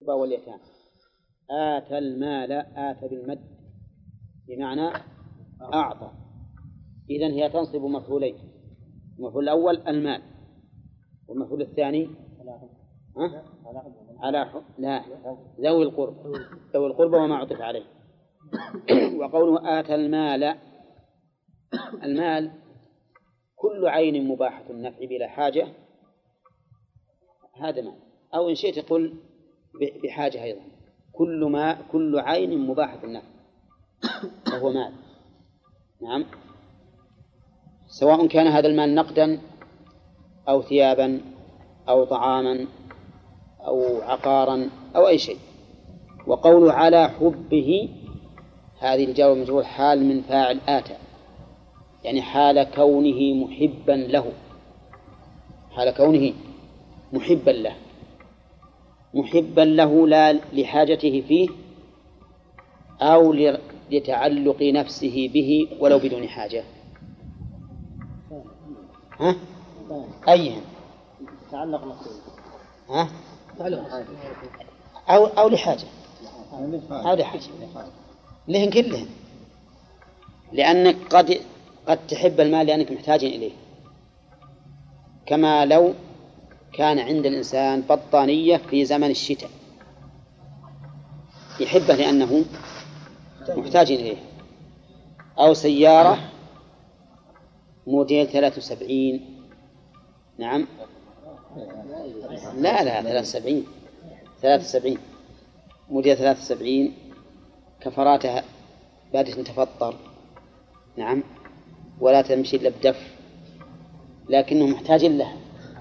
القربى واليتامى. آتى المال، آتى بالمد بمعنى أعطى، إذن هي تنصب مفعولين، المفعول الأول المال، والمفعول الثاني لا ذوي القربى وما عطف عليه. وقوله آتى المال، المال كل عين مباحة النفع بلا حاجة، هذا مال، أو إن شئت قل بحاجة أيضا، كل عين مباحة النفع وهو مال. نعم، سواء كان هذا المال نقدا أو ثيابا أو طعاما أو عقارا أو أي شيء. وقوله على حبه، هذه الجواب مجهول حال من فاعل آتى، يعني حال كونه محبا له، حال كونه محبا له لا لحاجته فيه أو لتعلق نفسه به ولو بدون حاجة. ها؟ أيهم؟ تعلق نفسه. ها؟ أو لحاجة، أو لحاجة لهن كلهن، لأنك قد تحب المال لأنك محتاج إليه، كما لو كان عند الإنسان بطانية في زمن الشتاء يحبه لأنه محتاج إليه، أو سيارة موديل 73. نعم، لا 73 موديل 73 كفراتها بادئة تفطر، نعم، ولا تمشي إلا بدف، لكنه محتاج له،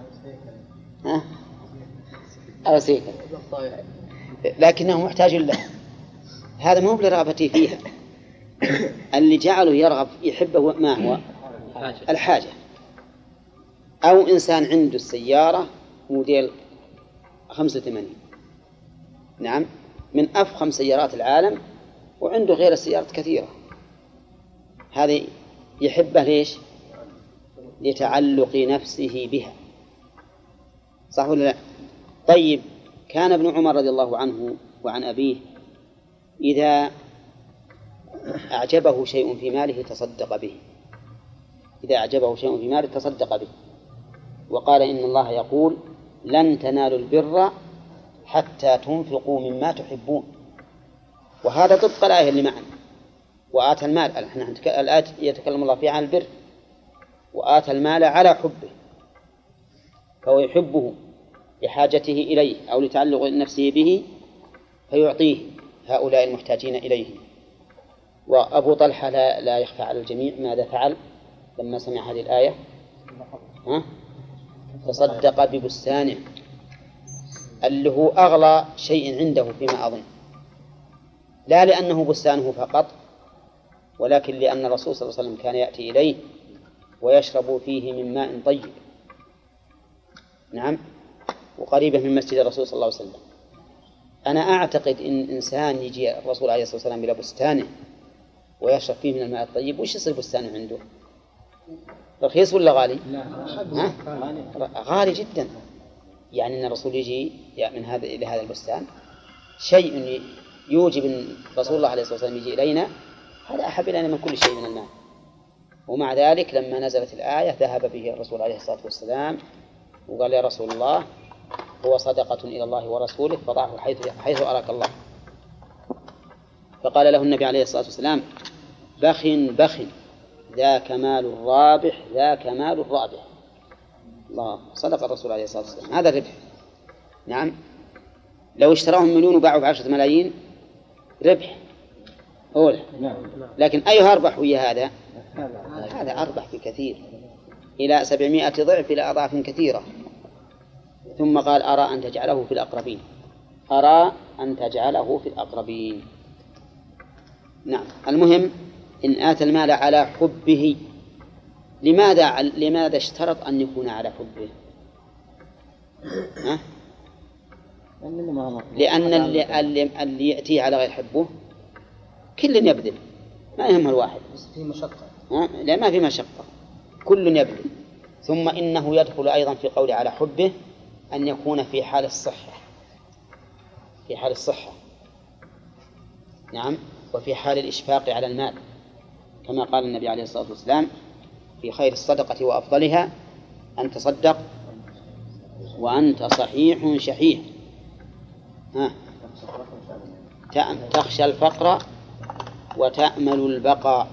أو سيكل، لكنه محتاج له، هذا مو برغبته فيها. اللي جعله يرغب يحبه ما هو الحاجة. أو إنسان عنده السيارة موديل 85، نعم، من أفخم سيارات العالم، وعنده غير السيارات كثيرة، هذه يحبه ليش؟ لتعلق نفسه بها، صح ولا لا؟ طيب، كان ابن عمر رضي الله عنه وعن أبيه إذا أعجبه شيء في ماله تصدق به، إذا أعجبه شيء في ماله تصدق به، وقال إن الله يقول لن تنالوا البر حتى تنفقوا مما تحبون، وهذا طبق الآية اللي معنا، وآتى المال، الآية يتكلم الله فيها عن البر، وآتى المال على حبه، فهو يحبه لحاجته إليه أو لتعلق نفسه به فيعطيه هؤلاء المحتاجين إليه. وأبو طلحة لا يخفى على الجميع ماذا فعل لما سمع هذه الآية؟ تصدق ببستانه، اللي هو أغلى شيء عنده فيما أظن، لا لأنه بستانه فقط، ولكن لأن الرسول صلى الله عليه وسلم كان يأتي إليه ويشرب فيه من ماء طيب، نعم، وقريبة من مسجد الرسول صلى الله عليه وسلم. أنا أعتقد إن إنسان يجي الرسول عليه الصلاة والسلام إلى بستانه ويشرب فيه من الماء الطيب، وش يصير بستانه عنده؟ رخيص ولا غالي؟ غالي جدا. يعني أن الرسول يجي من هذا إلى هذا البستان، شيء يوجب أن رسول الله عليه الصلاة والسلام يجي إلينا، هذا أحب إلينا من كل شيء من المال. ومع ذلك لما نزلت الآية ذهب به الرسول عليه الصلاة والسلام وقال يا رسول الله هو صدقة إلى الله ورسوله فضعه حيث أراك الله. فقال له النبي عليه الصلاة والسلام بخ ذاك مال الرابح، ذاك مال الرابح. الله، صدق الرسول عليه الصلاة والسلام، هذا الربح. نعم، لو اشتراهم مليون وباعوا ب10 ملايين ربح أولى، لكن أيها أربح ويا هذا؟ هذا أربح بكثير، إلى 700 ضعف، إلى أضعاف كثيرة. ثم قال أرى أن تجعله في الأقربين، أرى أن تجعله في الأقربين. نعم، المهم إن آتى المال على حبه، لماذا اشترط أن يكون على حبه؟ لأن اللي يأتيه على غير حبه كل يبذل، ما يهم الواحد، في مشقة. لا، ما في مشقة، كل يبذل. ثم إنه يدخل أيضا في قول على حبه أن يكون في حال الصحة، في حال الصحة، نعم، وفي حال الإشفاق على المال، كما قال النبي عليه الصلاة والسلام في خير الصدقة وأفضلها أن تصدق وأنت صحيح شحيح، تخشى الفقر وتأمل البقاء.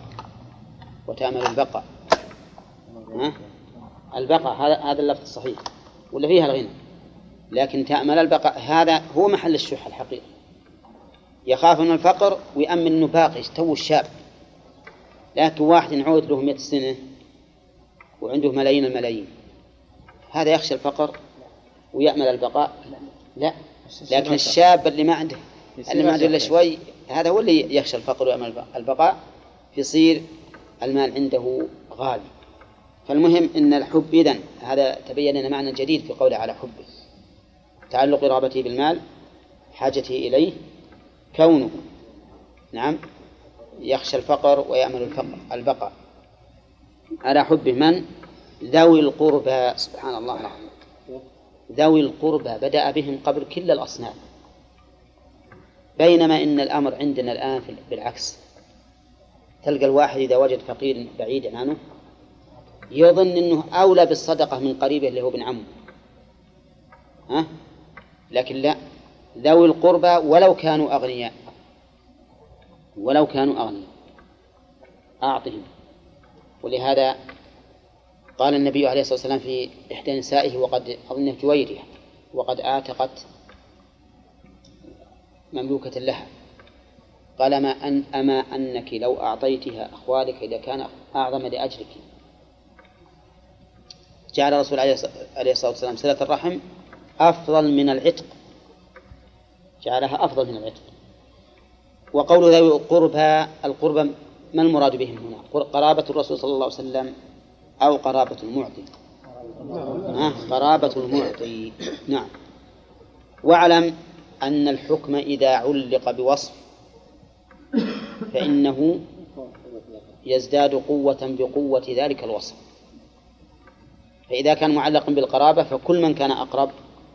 البقاء هذا اللفظ الصحيح ولا فيها الغنى، لكن تأمل البقاء هذا هو محل الشح الحقيقي. يخاف من الفقر ويأمن أنه باقي تو الشاب، لكن واحد نعود له 100 سنة وعنده ملايين الملايين، هذا يخشى الفقر ويأمل البقاء؟ لا. لكن الشاب اللي ما عنده إلا شوي، هذا هو اللي يخشى الفقر ويأمل البقاء، يصير المال عنده غالي. فالمهم إن الحب، إذن هذا تبين لنا معنى جديد في قوله على حبه: تعلق رغبته بالمال، حاجته إليه، كونه نعم يخشى الفقر ويأمل البقاء. على حبه من؟ ذوي القربى. سبحان الله العظيم، ذوي القربى بدأ بهم قبل كل الأصناف، بينما إن الأمر عندنا الآن بالعكس. تلقى الواحد إذا وجد فقير بعيد عنه يظن أنه أولى بالصدقة من قريبه اللي هو ابن عمه، لكن لا، ذوي القربى ولو كانوا أغنياء أعطهم. ولهذا قال النبي عليه الصلاة والسلام في إحدى نسائه، وقد أظنه جويرية، وقد آتقت مملوكة لها، قال أما أنك لو أعطيتها أخوالك إذا كان أعظم لأجلك. جعل الرسول عليه الصلاة والسلام صلة الرحم أفضل من العتق، جعلها أفضل من العتق. وقول ذوي القربى ما المراد بهم هنا؟ قرابة الرسول صلى الله عليه وسلم أو قرابة المعطي؟ قرابة المعطي، نعم. واعلم أن الحكم إذا علق بوصف فإنه يزداد قوة بقوة ذلك الوصف. فإذا كان معلقا بالقرابة فكل من كان أقرب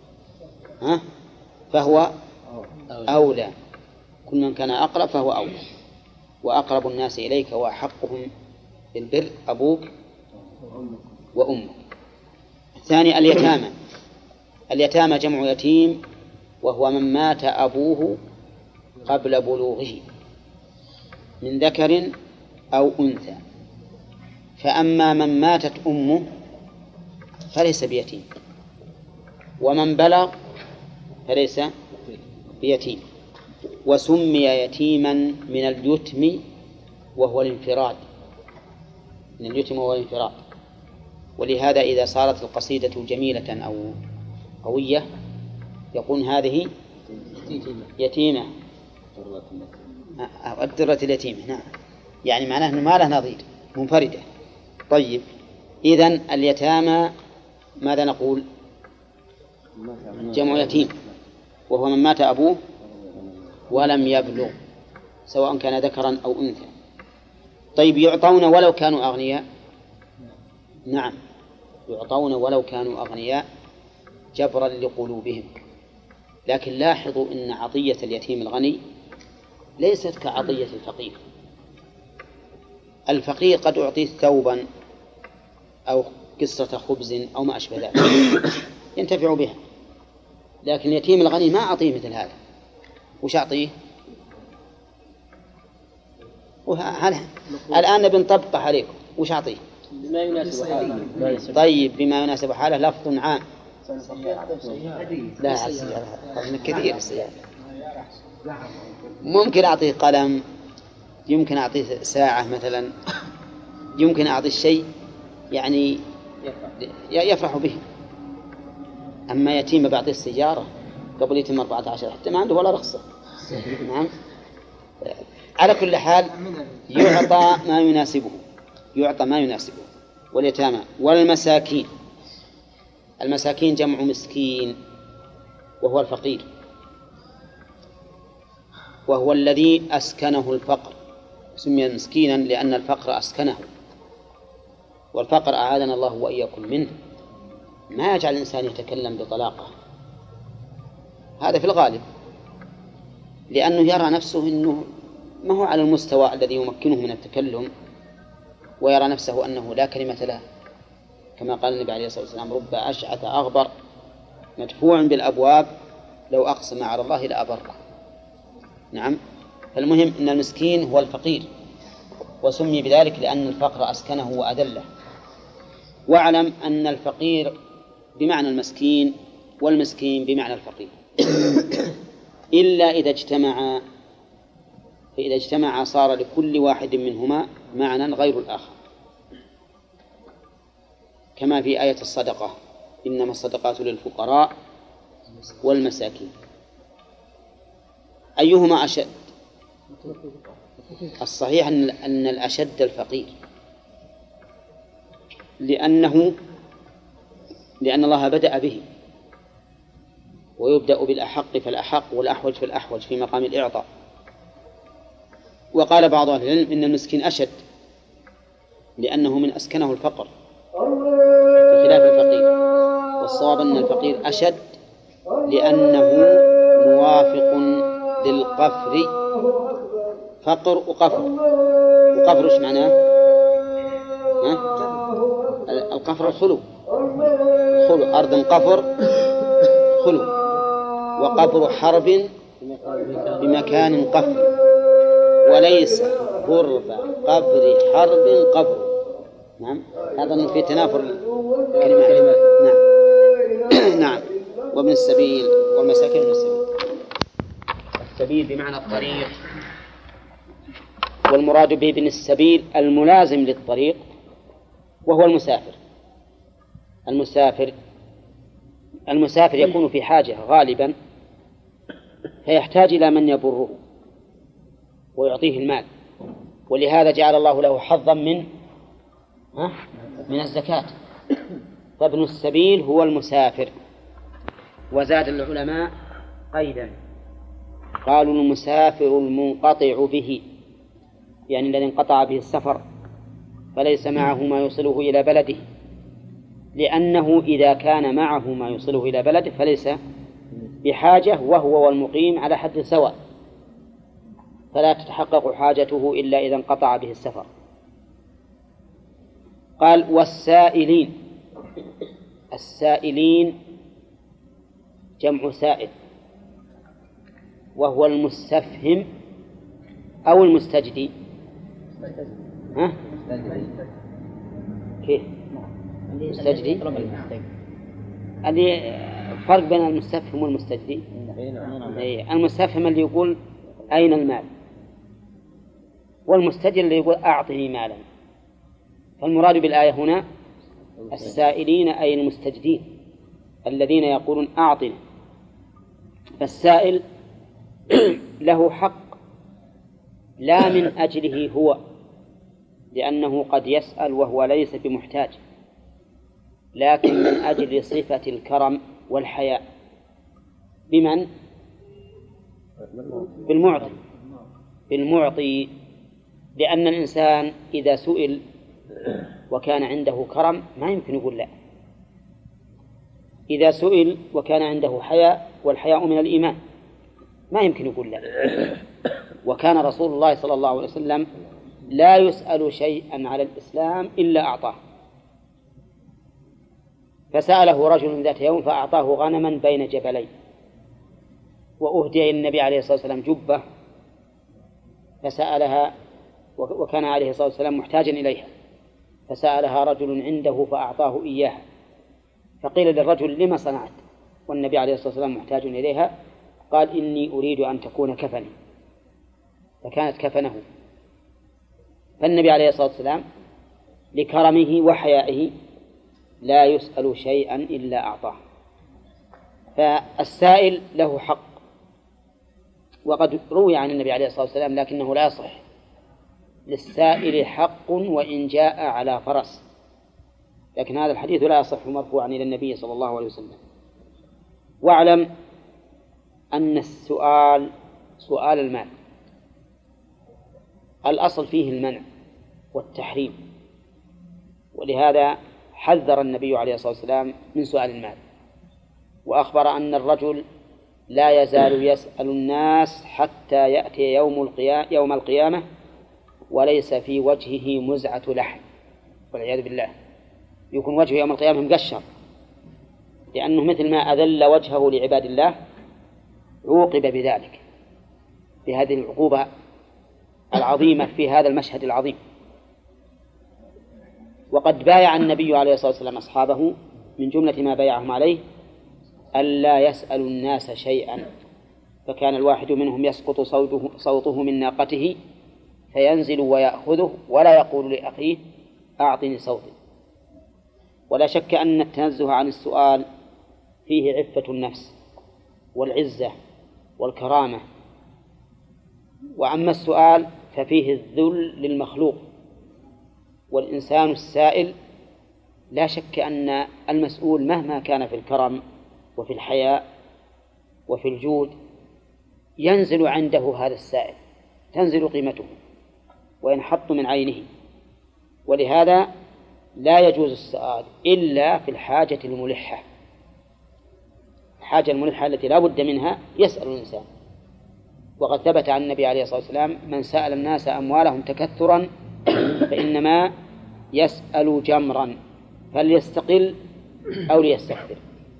فهو أولى، كل من كان أقرب فهو أولى. وأقرب الناس إليك وأحقهم بالبر أبوك وأمك. الثاني اليتامى جمع يتيم، وهو من مات أبوه قبل بلوغه من ذكر أو أنثى. فأما من ماتت أمه فليس بيتيم، ومن بلغ فليس بيتيم. وسمي يتيما من اليتم وهو الانفراد، ولهذا إذا صارت القصيدة جميلة أو قوية يقول هذه يتيمة، الدرة اليتيمة، نعم، يعني معناه أنه ما له نظير، منفردة. طيب، إذن اليتامى ماذا نقول؟ جمع يتيم، وهو من مات أبوه ولم يبلغ، سواء كان ذكرا أو أنثى. طيب، يعطون ولو كانوا أغنياء؟ نعم، يعطون ولو كانوا أغنياء جبرا لقلوبهم. لكن لاحظوا أن عطية اليتيم الغني ليست كعطية الفقير. الفقير قد أعطيه ثوبا أو قصة خبز أو ما أشبه ذلك ينتفع بها، لكن اليتيم الغني ما أعطيه مثل هذا. وش أعطيه؟ الآن بنطبق عليكم، وش أعطيه؟ بما يناسب حاله. طيب، بما يناسب حاله لفظ عام. لا كثير السيارة. ممكن أعطيه قلم، يمكن أعطيه ساعة مثلا، يمكن أعطيه شيء يعني يفرح به. أما يتيم بعطيه السيارة قبل يتم 14 حتى ما عنده ولا رخصة. نعم. على كل حال يعطى ما يناسبه. واليتامى والمساكين، المساكين جمع مسكين، وهو الفقير، وهو الذي أسكنه الفقر. سمي مسكينا لأن الفقر أسكنه، والفقر أعاذنا الله وإياكم منه ما يجعل الإنسان يتكلم بطلاقة، هذا في الغالب. لأنه يرى نفسه أنه ما هو على المستوى الذي يمكنه من التكلم، ويرى نفسه أنه لا كلمة له، كما قال النبي عليه الصلاة والسلام: رب أشعث أغبر مدفوع بالأبواب لو أقسم على الله لأبره. نعم. فالمهم أن المسكين هو الفقير، وسمي بذلك لأن الفقر أسكنه وأذله. واعلم أن الفقير بمعنى المسكين والمسكين بمعنى الفقير إلا إذا اجتمعا، فإذا اجتمعا صار لكل واحد منهما معنى غير الآخر، كما في آية الصدقة: إنما الصدقات للفقراء والمساكين. أيهما أشد؟ الصحيح أن الأشد الفقير، لأن الله بدأ به، ويبدأ بالأحق فالأحق والأحوج فالأحوج في مقام الإعطاء. وقال بعض أهل العلم إن المسكين أشد لأنه من أسكنه الفقر بخلاف الفقير، والصواب أن الفقير أشد لأنه موافق للقفر. فقر وقفر، وقفر إيش معناه؟ القفر الخلو، أرض قفر خلو، وقفر حرب بمكان قفر، وليس غرب قبر حرب قبر. نعم، هذا في تنافر الكلمات. نعم. نعم. وابن السبيل والمساكين من السبيل. السبيل بمعنى الطريق، والمراد به ابن السبيل الملازم للطريق، وهو المسافر يكون في حاجة غالبا، فيحتاج إلى من يبره ويعطيه المال، ولهذا جعل الله له حظا من الزكاة. فابن السبيل هو المسافر. وزاد العلماء قيدا، قالوا: المسافر المنقطع به، يعني الذي انقطع به السفر فليس معه ما يوصله إلى بلده، لأنه إذا كان معه ما يوصله إلى بلده فليس بحاجة، وهو والمقيم على حد سواء، فلا تتحقق حاجته إلا إذا انقطع به السفر. قال: السائلين جمع سائل، وهو المستفهم أو المستجدي. كيف مستجدي؟ اللي فرق بين المستفهم والمستجدي. المستفهم اللي يقول أين المال، والمستجدي اللي يقول أعطني مالا. فالمراد بالآية هنا السائلين أي المستجدين الذين يقولون أعطنا. فالسائل له حق لا من أجله هو، لأنه قد يسأل وهو ليس بمحتاج، لكن من أجل صفة الكرم والحياء. بمن؟ بالمعطي، لأن الإنسان إذا سئل وكان عنده كرم ما يمكن يقول لا، إذا سئل وكان عنده حياء، والحياء من الإيمان، ما يمكن يقول لا. وكان رسول الله صلى الله عليه وسلم لا يسأل شيئا على الإسلام إلا أعطاه. فسأله رجل ذات يوم فأعطاه غنما بين جبلين، وأهدي إلى النبي عليه الصلاة والسلام جبة فسألها، وكان عليه الصلاة والسلام محتاجا إليها، فسألها رجل عنده فأعطاه إياها. فقيل للرجل: لما صنعت والنبي عليه الصلاة والسلام محتاج إليها؟ قال: إني أريد أن تكون كفني، فكانت كفنه. فالنبي عليه الصلاة والسلام لكرمه وحيائه لا يسأل شيئا إلا أعطاه. فالسائل له حق، وقد روي عن النبي عليه الصلاة والسلام لكنه لا يصح: للسائل حق وإن جاء على فرس. لكن هذا الحديث لا يصح مرفوعا إلى النبي صلى الله عليه وسلم. واعلم أن السؤال سؤال المال الأصل فيه المنع والتحريم، ولهذا حذر النبي عليه الصلاة والسلام من سؤال المال، وأخبر أن الرجل لا يزال يسأل الناس حتى يأتي يوم القيامة وليس في وجهه مزعة لحم، والعياذ بالله. يكون وجهه يوم القيامة مقشر، لأنه مثل ما أذل وجهه لعباد الله عوقب بذلك، بهذه العقوبة العظيمة في هذا المشهد العظيم. وقد بايع النبي عليه الصلاة والسلام أصحابه من جملة ما بايعهم عليه ألا يسألوا الناس شيئا، فكان الواحد منهم يسقط صوته من ناقته فينزل ويأخذه ولا يقول لأخيه أعطني صوتي. ولا شك أن التنزه عن السؤال فيه عفة النفس والعزة والكرامة، وأما السؤال ففيه الذل للمخلوق، والإنسان السائل لا شك أن المسؤول مهما كان في الكرم وفي الحياء وفي الجود ينزل عنده هذا السائل، تنزل قيمته وينحط من عينه. ولهذا لا يجوز السؤال إلا في الحاجة الملحة، الحاجة الملحة التي لا بد منها يسأل الإنسان. وقد ثبت عن النبي عليه الصلاة والسلام من سأل الناس أموالهم تكثرا فإنما يسأل جمرا فليستقل أو ليستكثر.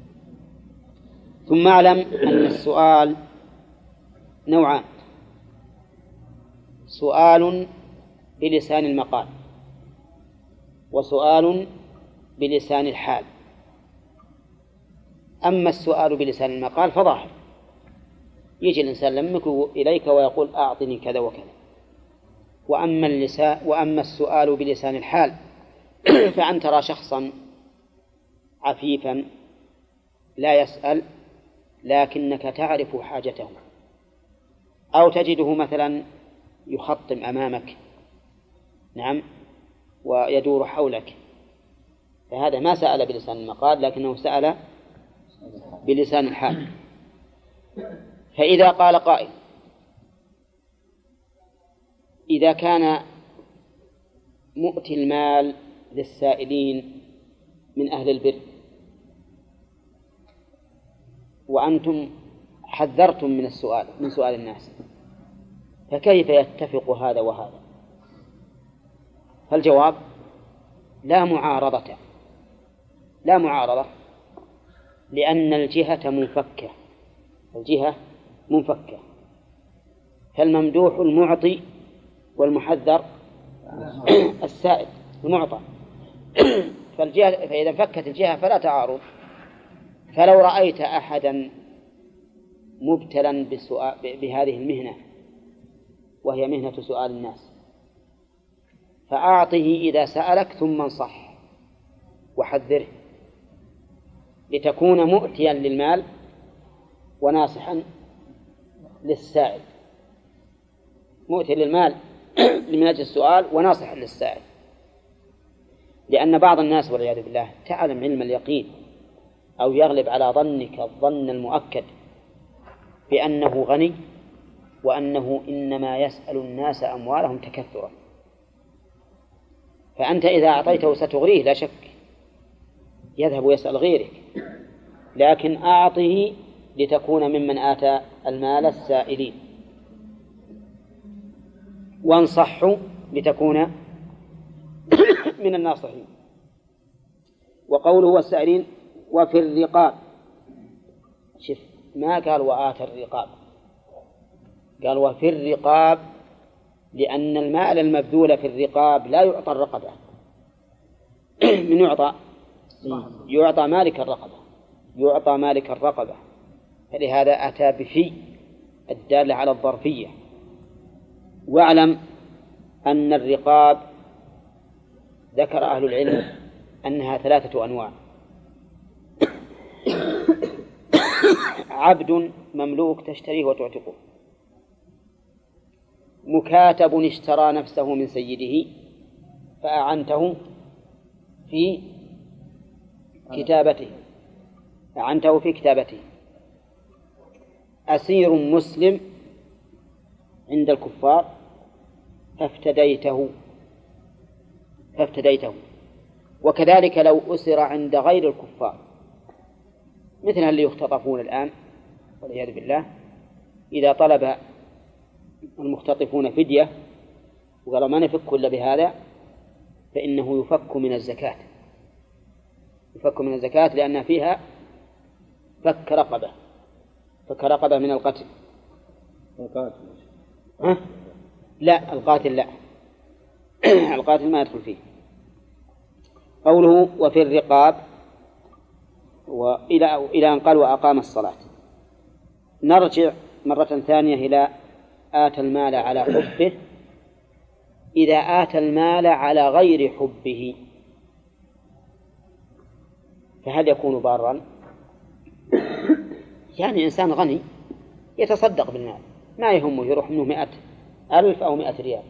ثم اعلم أن السؤال نوعان: سؤال بلسان المقال وسؤال بلسان الحال. أما السؤال بلسان المقال فظاهر، يجي الإنسان لمك إليك ويقول أعطني كذا وكذا. وأما السؤال بلسان الحال فأن ترى شخصا عفيفا لا يسأل لكنك تعرف حاجته، أو تجده مثلا يخطم أمامك، نعم، ويدور حولك، فهذا ما سأل بلسان المقال لكنه سأل بلسان الحال. فإذا قال قائل: إذا كان مؤتي المال للسائلين من أهل البر وأنتم حذرتم من سؤال الناس، فكيف يتفق هذا وهذا؟ فالجواب: لا معارضة، لأن الجهة منفكة، فالممدوح المعطي والمحذر السائل المعطى. فإذا انفكت الجهة فلا تعارض. فلو رأيت أحدا مبتلا بهذه المهنة وهي مهنة سؤال الناس فأعطه إذا سألك ثم انصح وحذره، لتكون مؤتيا للمال وناصحا للسائل، مؤتي للمال من أجل السؤال وناصحا للسائل. لأن بعض الناس والعياذ بالله تعلم علم اليقين أو يغلب على ظنك الظن المؤكد بأنه غني وأنه إنما يسأل الناس أموالهم تكثرا، فأنت إذا أعطيته ستغريه لا شك، يذهب ويسأل غيرك، لكن أعطه لتكون ممن آتى المال السائلين، وانصحوا لتكون من الناصحين. وقوله والسائلين وفي الرقاب، شف ما قال وآتى الرقاب، قال وفي الرقاب، لأن المال المبذول في الرقاب لا يعطى الرقبة. من يعطى؟ يعطى مالك الرقبة، فلهذا أتى بفي الدالة على الظرفية. واعلم أن الرقاب ذكر أهل العلم أنها 3 أنواع: عبد مملوك تشتريه وتعتقه، مكاتب اشترى نفسه من سيده فأعنته في كتابته، أسير مسلم عند الكفار فافتديته، وكذلك لو أسر عند غير الكفار، مثل اللي يختطفون الآن والعياذ بالله، إذا طلب المختطفون فدية وقالوا ما نفك إلا بهذا فإنه يفك من الزكاة، يفك من الزكاة لأن فيها فك رقبة من القتل. لا، القاتل لا القاتل ما يدخل فيه. قوله وفي الرقاب إلى أن قال وأقام الصلاة. نرجع مرة ثانية إلى آتى المال على حبه. إذا آتى المال على غير حبه فهل يكون بارا؟ يعني إنسان غني يتصدق بالمال ما يهمه يروح منه 100,000 أو 100 ريال،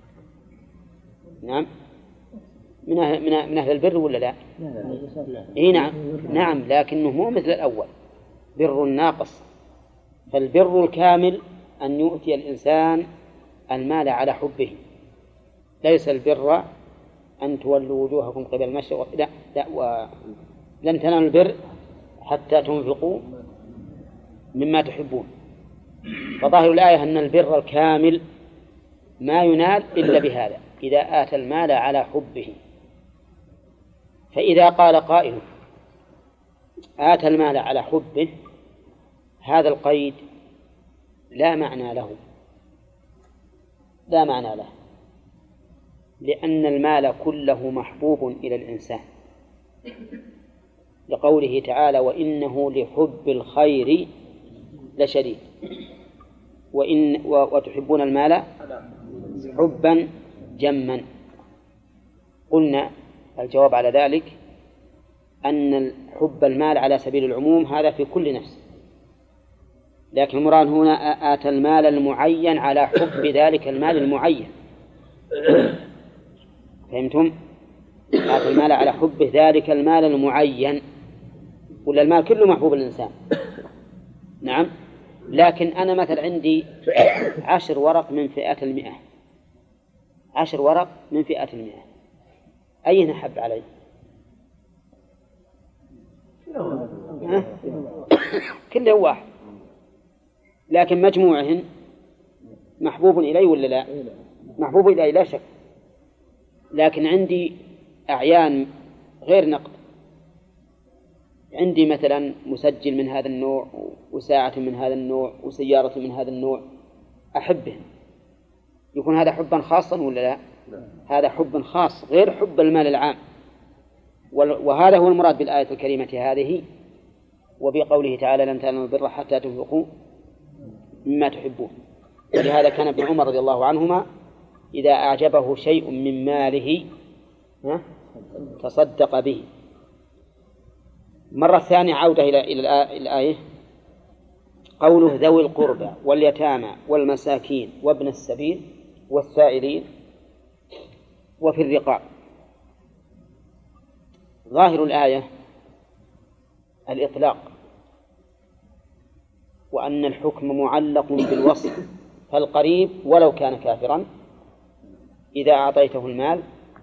نعم، من أهل البر ولا لا؟ إيه نعم، لكنه مو مثل الأول بر ناقص. فالبر الكامل أن يؤتي الإنسان المال على حبه، ليس البر أن تولوا وجوهكم قبل المشرق، لا ولن تنالوا البر حتى تنفقوا مما تحبون. فظاهر الآية أن البر الكامل ما ينال إلا بهذا، إذا آتى المال على حبه. فإذا قال قائل آتى المال على حبه، هذا القيد لا معنى له، لأن المال كله محبوب إلى الإنسان، لقوله تعالى وإنه لحب الخير لشديد، وتحبون المال حبا جما. قلنا الجواب على ذلك أن حب المال على سبيل العموم هذا في كل نفس، لكن المراد هنا آتى المال المعين على حب ذلك المال المعين. فهمتم؟ آتى المال على حب ذلك المال المعين، ولا المال كله محبوب الإنسان؟ نعم، لكن أنا مثلا عندي 10 ورق من فئة 100، 10 ورق من فئة 100، أي نحب علي؟ كله واحد، لكن مجموعهن محبوب إلي ولا لا؟ محبوب إلي لا شك، لكن عندي أعيان غير نقد، عندي مثلا مسجل من هذا النوع وساعة من هذا النوع وسيارة من هذا النوع أحبه، يكون هذا حبا خاصا ولا لا؟ هذا حب خاص غير حب المال العام. وهذا هو المراد بالآية الكريمة هذه، وبقوله تعالى لن تنالوا البر حتى تنفقوا مما تحبون. ولهذا كان ابن عمر رضي الله عنهما إذا أعجبه شيء من ماله تصدق به. مرة ثانية عودة إلى الآية، قوله ذوي القربى واليتامى والمساكين وابن السبيل والسائلين وفي الرقاب. ظاهر الآية الإطلاق، وأن الحكم معلق بالوصف، فالقريب ولو كان كافرا إذا أعطيته المال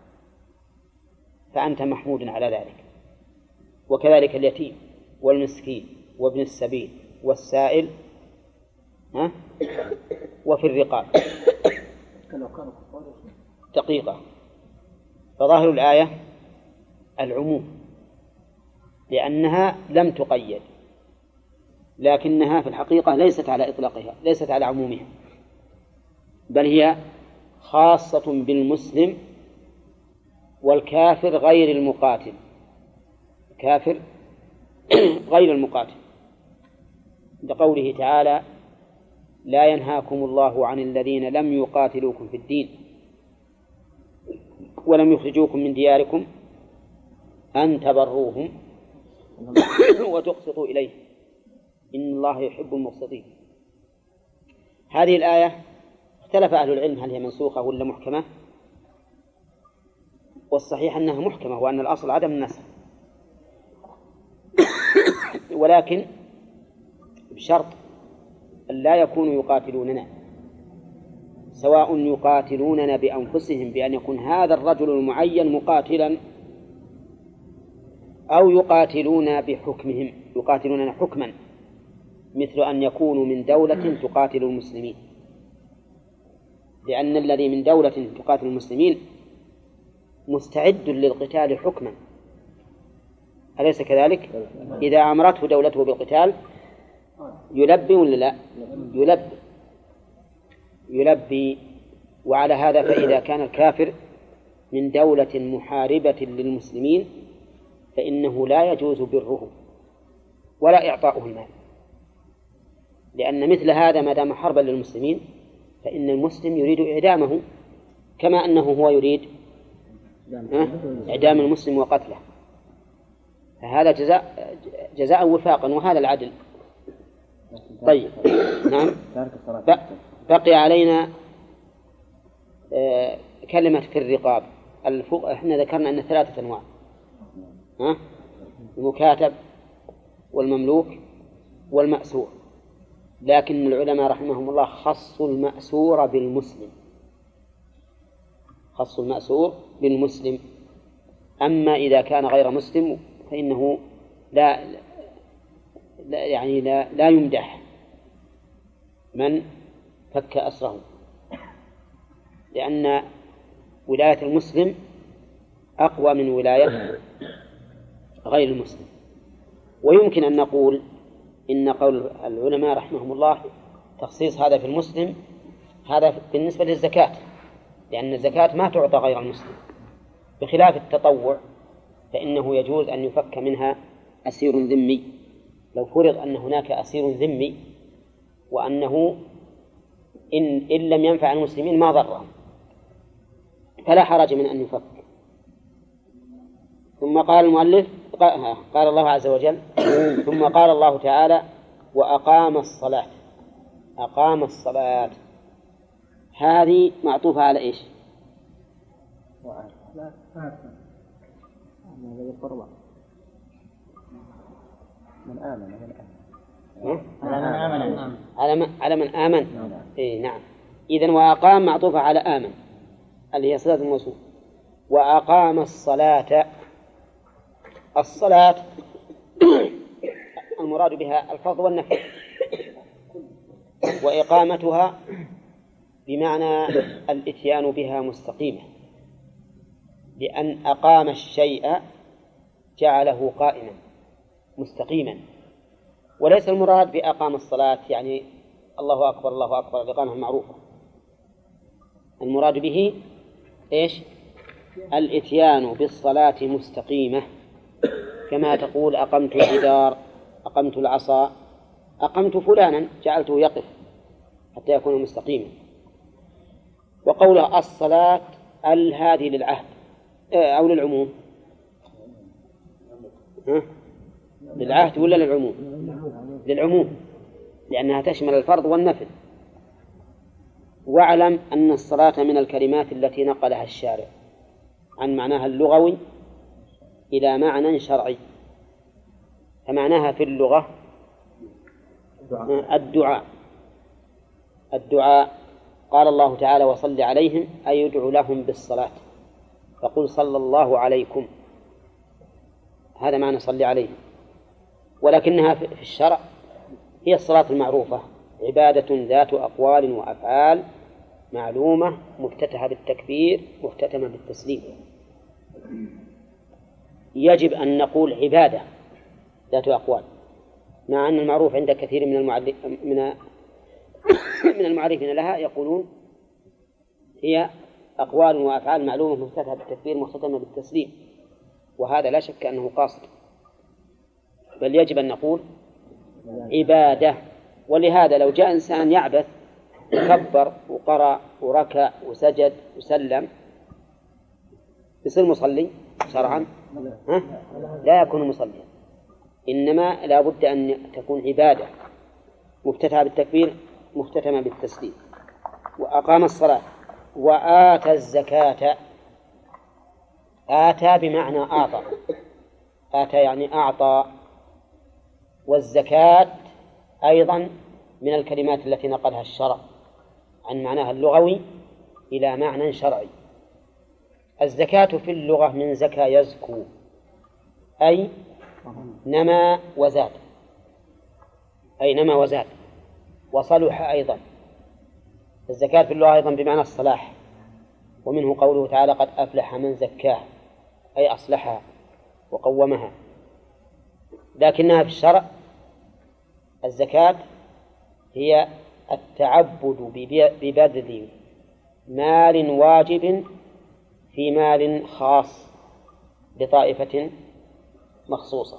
فأنت محمود على ذلك، وكذلك اليتيم والمسكين وابن السبيل والسائل وفي الرقاب دقيقة. فظاهر الآية العموم لأنها لم تقيد، لكنها في الحقيقة ليست على إطلاقها، ليست على عمومها، بل هي خاصة بالمسلم والكافر غير المقاتل، كافر غير المقاتل، لقوله تعالى لا ينهاكم الله عن الذين لم يقاتلوكم في الدين ولم يخرجوكم من دياركم أن تبروهم وتقسطوا إليه إن الله يحب المقسطين. هذه الآية اختلف أهل العلم هل هي منسوخة ولا محكمة، والصحيح أنها محكمة وأن الأصل عدم النسخ، ولكن بشرط أن لا يكونوا يقاتلوننا، سواء يقاتلوننا بأنفسهم بأن يكون هذا الرجل المعين مقاتلا، أو يقاتلون بحكمهم، يقاتلوننا حكما مثل أن يكونوا من دولة تقاتل المسلمين، لأن الذي من دولة تقاتل المسلمين مستعد للقتال حكما، أليس كذلك؟ إذا أمرته دولته بالقتال يلبي ولا لا؟ يلبي. وعلى هذا فإذا كان الكافر من دولة محاربة للمسلمين فإنه لا يجوز بره ولا إعطاؤه المال، لأن مثل هذا ما دام حربا للمسلمين فإن المسلم يريد إعدامه كما أنه هو يريد إعدام المسلم وقتله، فهذا جزاء وفاقا، وهذا العدل. طيب نعم. بقي علينا كلمة في الرقاب. احنا ذكرنا أن 3 أنواع، المكاتب والمملوك والمأسور، لكن العلماء رحمهم الله خصوا المأسور بالمسلم، خصوا المأسور بالمسلم. أما إذا كان غير مسلم فإنه لا يمدح من فك أسره، لأن ولاية المسلم أقوى من ولاية غير المسلم. ويمكن أن نقول إن قول العلماء رحمهم الله تخصيص هذا في المسلم هذا بالنسبة للزكاة، لأن الزكاة ما تعطى غير المسلم، بخلاف التطوع فإنه يجوز أن يفك منها أسير ذمي. لو فرض أن هناك أسير ذمي وأنه إن لم ينفع المسلمين ما ضرهم فلا حرج من أن يفك. ثم قال المؤلف قال الله عز وجل ثم قال الله تعالى وأقام الصلاة. أقام الصلاة هذه معطوفة على إيش؟ من آمن على من آمن. إيه نعم. إذن وأقام معطوفة على آمن اللي هي صلاة الموصول. وأقام الصلاة. الصلاة المراد بها الفرض والنفل، وإقامتها بمعنى الإتيان بها مستقيمة، لأن أقام الشيء جعله قائما مستقيما، وليس المراد بأقام الصلاة يعني الله أكبر الله أكبر الإقامة المعروفة. المراد به إيش؟ الإتيان بالصلاة مستقيمة، كما تقول أقمت الجدار، أقمت العصا، أقمت فلانا جعلته يقف حتى يكون مستقيما. وقول الصلاة هذه للعهد أو للعموم؟ للعهد ولا للعموم؟ للعموم، لأنها تشمل الفرض والنفل. واعلم أن الصلاة من الكلمات التي نقلها الشارع عن معناها اللغوي إلى معنى شرعي. فمعناها في اللغة الدعاء. قال الله تعالى وصل عليهم أي يدعو لهم بالصلاة، فقل صلى الله عليكم، هذا معنى صل عليهم. ولكنها في الشرع هي الصلاة المعروفة، عبادة ذات أقوال وأفعال معلومة مفتتحة بالتكبير مختتمة بالتسليم. يجب أن نقول عبادة ذات أقوال، مع أن المعروف عند كثير من المعرفين لها يقولون هي أقوال وأفعال معلومة مفتتحة بالتكبير مختتمة بالتسليم، وهذا لا شك أنه قاصد، بل يجب أن نقول عبادة. ولهذا لو جاء إنسان يعبث وكبر وقرأ وركع وسجد وسلم يصير مصلي شرعا؟ لا يكون مصليا، إنما لا بد أن تكون عبادة مفتتحة بالتكبير مختتمة بالتسليم. وأقام الصلاة وآتى الزكاة. آتى بمعنى أعطى، آتى يعني أعطى. والزكاة أيضا من الكلمات التي نقلها الشرع عن معناها اللغوي إلى معنى شرعي. الزكاة في اللغة من زكاة يزكو، أي نما وزاد. أي نما وزاد، وصلح أيضا. الزكاة في اللغة أيضا بمعنى الصلاح، ومنه قوله تعالى قد أفلح من زكاها، أي أصلحها وقومها. لكنها في الشرع الزكاة هي التعبد ببذل مال واجب في مال خاص لطائفة مخصوصة.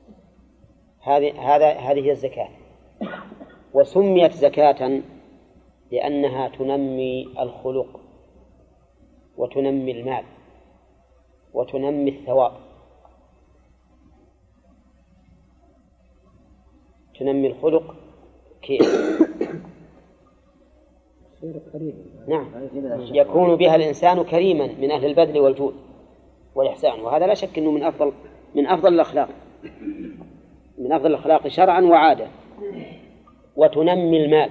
هذه هي الزكاة. وسميت زكاة لأنها تنمي الخلق وتنمي المال وتنمي الثواب. تنمي الخلق كيف؟ نعم، يكون بها الإنسان كريما من أهل البذل والجود والإحسان، وهذا لا شك أنه من أفضل الأخلاق، من أفضل الأخلاق شرعا وعادة. وتنمي المال.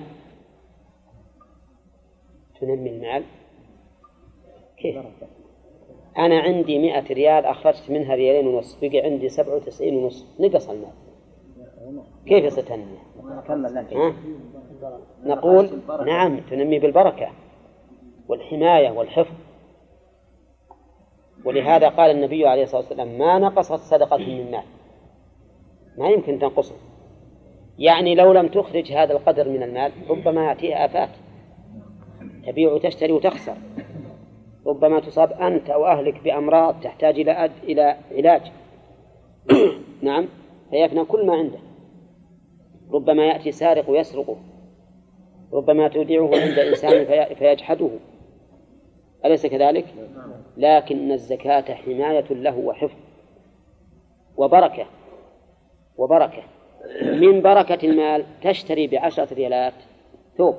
تنمي المال كيف؟ أنا عندي 100 ريال أخرجت منها 2.5 ريال، بقي عندي 97.5، نقص المال، كيف يصير تنمية؟ نقول نعم، تنمي بالبركة والحماية والحفظ. ولهذا قال النبي عليه الصلاة والسلام ما نقصت صدقة من مال، ما يمكن تنقصه. يعني لو لم تخرج هذا القدر من المال ربما يأتيها آفات، تبيع وتشتري وتخسر، ربما تصاب أنت أو أهلك بأمراض تحتاج إلى علاج نعم، فيفنى كل ما عنده. ربما يأتي سارق ويسرقه، ربما تودعه عند إنسان فيجحده، أليس كذلك؟ لكن الزكاة حماية له وحفظ وبركة. من بركة المال تشتري ب10 ريالات ثوب،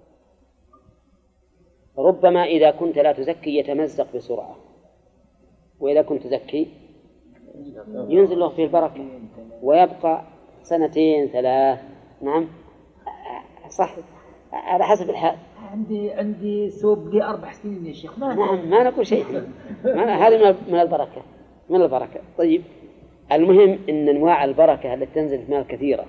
ربما إذا كنت لا تزكي يتمزق بسرعة، وإذا كنت تزكي ينزل له فيه البركة ويبقى 2 3. نعم صح، على حسب الحال. عندي ثوب لي 4 سنين يا شيخ. نعم، ما نقول شيء، هذه من البركة. طيب، المهم إن أنواع البركة التي تنزل في مال كثيرة،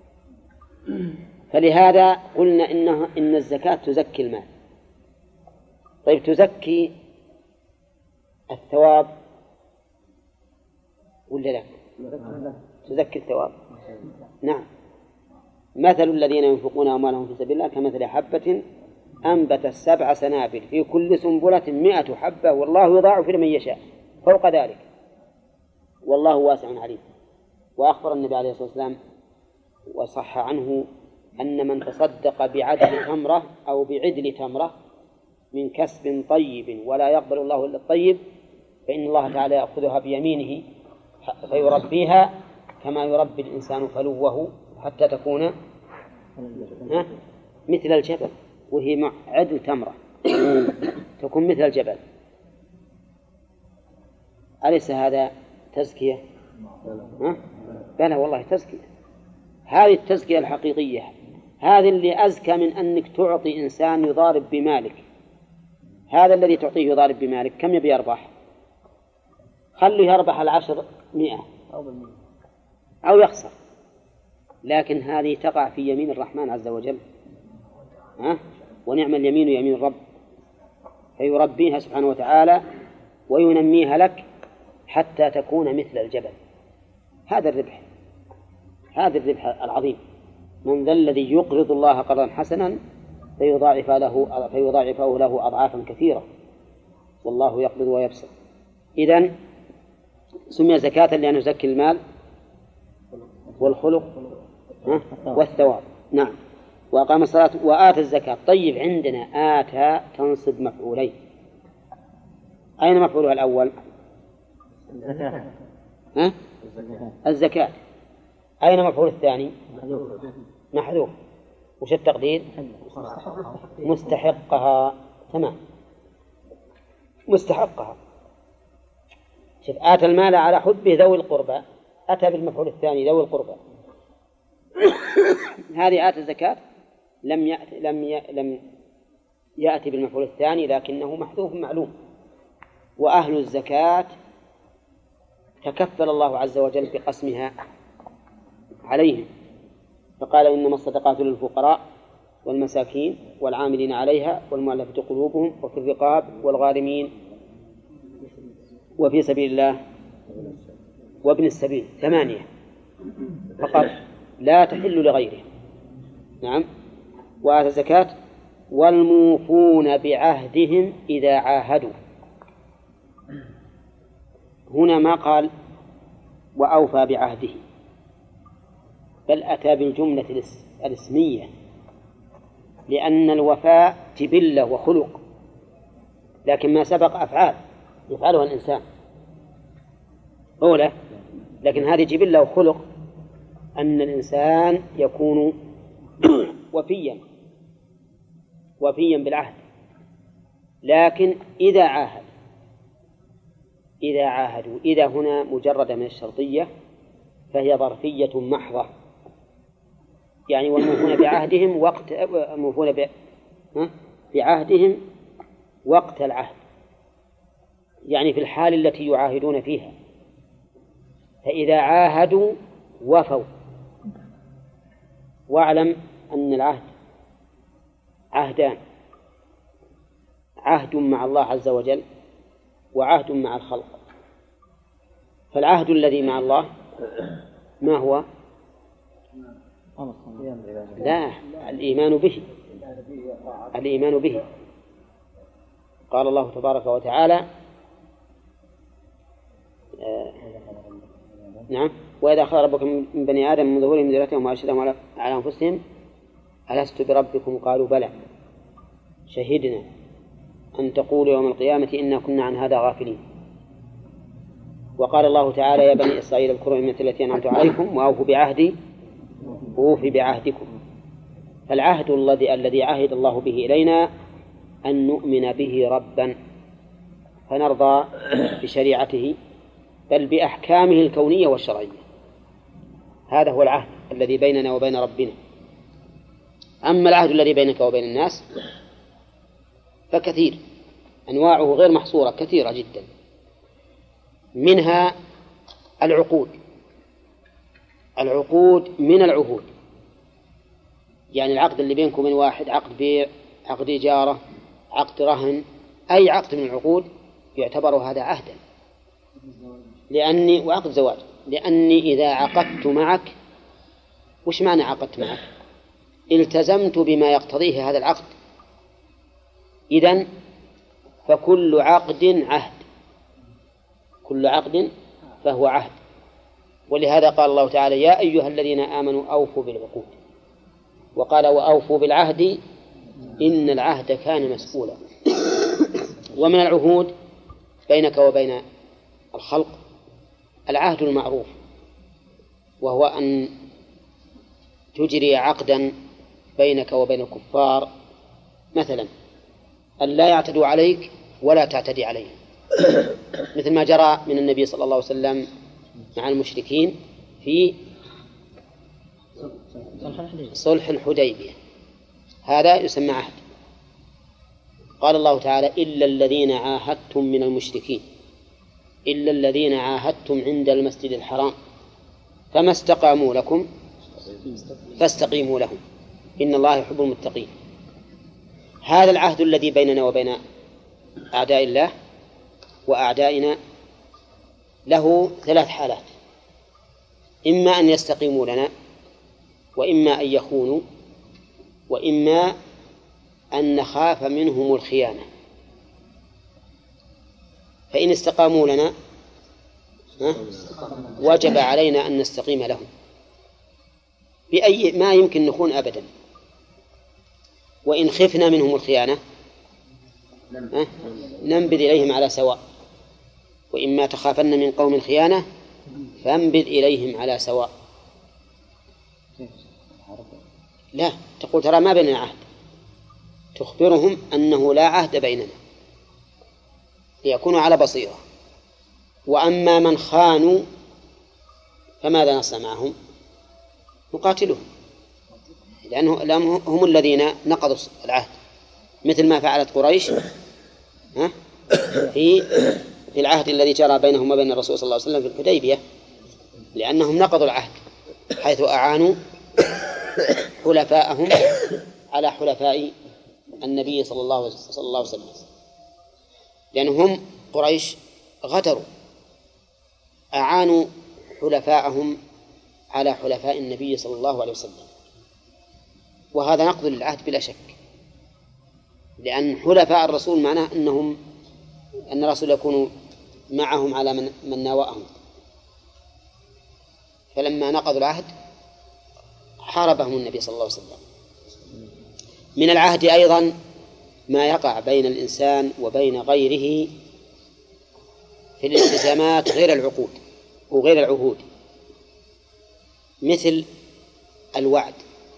فلهذا قلنا إن الزكاة تزكي المال. طيب، تزكي الثواب ولا لا؟ تزكي الثواب. نعم، مثل الذين ينفقون أموالهم في سبيل الله كمثل حبة أنبتت 7 سنابل في كل سنبلة 100 حبة والله يضاعف لمن يشاء فوق ذلك والله واسع عليم. وأخبر النبي عليه الصلاة والسلام وصح عنه أن من تصدق بعدل تمرة أو بعدل تمرة من كسب طيب ولا يقبل الله إلا الطيب فإن الله تعالى يأخذها بيمينه فيربيها كما يربي الإنسان فلوه حتى تكون مثل الجبل، وهي مع عدل تمرة تكون مثل الجبل. أليس هذا تزكية؟ بلى والله تزكية. هذه التزكية الحقيقية، هذه اللي أزكى من أنك تعطي إنسان يضارب بمالك. هذا الذي تعطيه يضارب بمالك كم يبي يربح؟ خليه يربح 100 أو يخسر، لكن هذه تقع في يمين الرحمن عز وجل. ونعم اليمين يمين الرب، فيربيها سبحانه وتعالى وينميها لك حتى تكون مثل الجبل. هذا الربح العظيم. من ذا الذي يقرض الله قرضا حسنا فيضاعفه له أضعافا كثيرة والله يقبض ويبسط. إذن سمي زكاة لأنه يزكي المال والخلق والثواب. نعم. وأقام الصلاة وآتى الزكاة. طيب، عندنا آتى تنصب مفعولين، أين مفعولها الأول؟ الزكاة. أين مفعول الثاني؟ محذوف. وش التقدير؟ مستحقها. تمام، مستحقها. شوف، آتى المال على حبه ذوي القربى، أتى بالمفعول الثاني ذوي القربى. هذه آتى الزكاة لم يأتي بالمفعول الثاني لكنه محذوف معلوم. وأهل الزكاة تكفل الله عز وجل بقسمها عليهم، فقال إنما الصدقات للفقراء والمساكين والعاملين عليها والمؤلفة قلوبهم وفي الرقاب والغارمين وفي سبيل الله وابن السبيل 8 فقط لا تحل لغيره. نعم. وآتى الزكاة والموفون بعهدهم إذا عاهدوا. هنا ما قال وأوفى بعهده، بل أتى بالجملة الاسمية، لأن الوفاء جبلة وخلق، لكن ما سبق أفعال يفعلها الإنسان أولى، لكن هذه جبلة وخلق أن الإنسان يكون وفيا بالعهد. لكن إذا عاهدوا إذا هنا مجرد من الشرطية فهي ظرفية محضة، يعني والموفون بعهدهم بعهدهم وقت العهد، يعني في الحال التي يعاهدون فيها. فإذا عاهدوا وفوا. واعلم أن العهد عهدان: عهد مع الله عز وجل وعهد مع الخلق. فالعهد الذي مع الله ما هو؟ لا، الإيمان به. قال الله تبارك وتعالى نعم: وإذا أخذ ربك من بني آدم من ظهورهم ذريتهم وأشهدهم على أنفسهم ألست بربكم قالوا بلى شهدنا أن تقولوا يوم القيامة إنا كنا عن هذا غافلين. وقال الله تعالى: يا بني إسرائيل اذكروا نعمتي التي أنعمت عليكم وأوفوا بعهدي أوف بعهدكم. فالعهد الذي عهد الله به إلينا أن نؤمن به ربا فنرضى بشريعته بل بأحكامه الكونية والشرعية. هذا هو العهد الذي بيننا وبين ربنا. أما العهد الذي بينك وبين الناس فكثير، أنواعه غير محصورة، كثيرة جدا. منها العقود من العهود، يعني العقد اللي بينكم من واحد، عقد بيع، عقد إجارة، عقد رهن، أي عقد من العقود يعتبر هذا عهدا. وعقد زواج، لأني إذا عقدت معك، وش معنى عقدت معك؟ التزمت بما يقتضيه هذا العقد. إذن فكل عقد عهد، كل عقد فهو عهد. ولهذا قال الله تعالى: يا أيها الذين آمنوا أوفوا بالعقود. وقال: وأوفوا بالعهد إن العهد كان مسؤولا. ومن العهود بينك وبين الخلق العهد المعروف، وهو أن تجري عقدا بينك وبين الكفار، مثلا أن لا يعتدوا عليك ولا تعتدي عليهم، مثل ما جرى من النبي صلى الله عليه وسلم مع المشركين في صلح الحديبية. هذا يسمى عهد. قال الله تعالى: إلا الذين عاهدتم من المشركين، إلا الذين عاهدتم عند المسجد الحرام فما استقاموا لكم فاستقيموا لهم إن الله يحب المتقين. هذا العهد الذي بيننا وبين أعداء الله وأعدائنا له 3 حالات: إما أن يستقيموا لنا، وإما أن يخونوا، وإما أن نخاف منهم الخيانة. فإن استقاموا لنا وجب علينا أن نستقيم لهم بأي ما يمكن نخون أبدا. وإن خفنا منهم الخيانة ننبذ إليهم على سواء. وإما تخافن من قوم الخيانة فانبذ إليهم على سواء. لا، تقول ترى ما بيننا عهد، تخبرهم أنه لا عهد بيننا ليكونوا على بصيرة. وأما من خانوا فماذا نصنع معهم؟ نقاتلهم، لأنهم هم الذين نقضوا العهد، مثل ما فعلت قريش في العهد الذي جرى بينهم وبين الرسول صلى الله عليه وسلم في الحديبية، لأنهم نقضوا العهد حيث أعانوا حلفاءهم على حلفاء النبي صلى الله عليه وسلم، لأنهم قريش غدروا، أعانوا حلفاءهم على حلفاء النبي صلى الله عليه وسلم، وهذا نقض للعهد بلا شك، لأن حلفاء الرسول معناه أن الرسول يكون معهم على من ناوأهم، فلما نقضوا العهد حاربهم النبي صلى الله عليه وسلم. من العهد أيضا ما يقع بين الإنسان وبين غيره في الالتزامات غير العقود وغير العهود، مثل الوعد،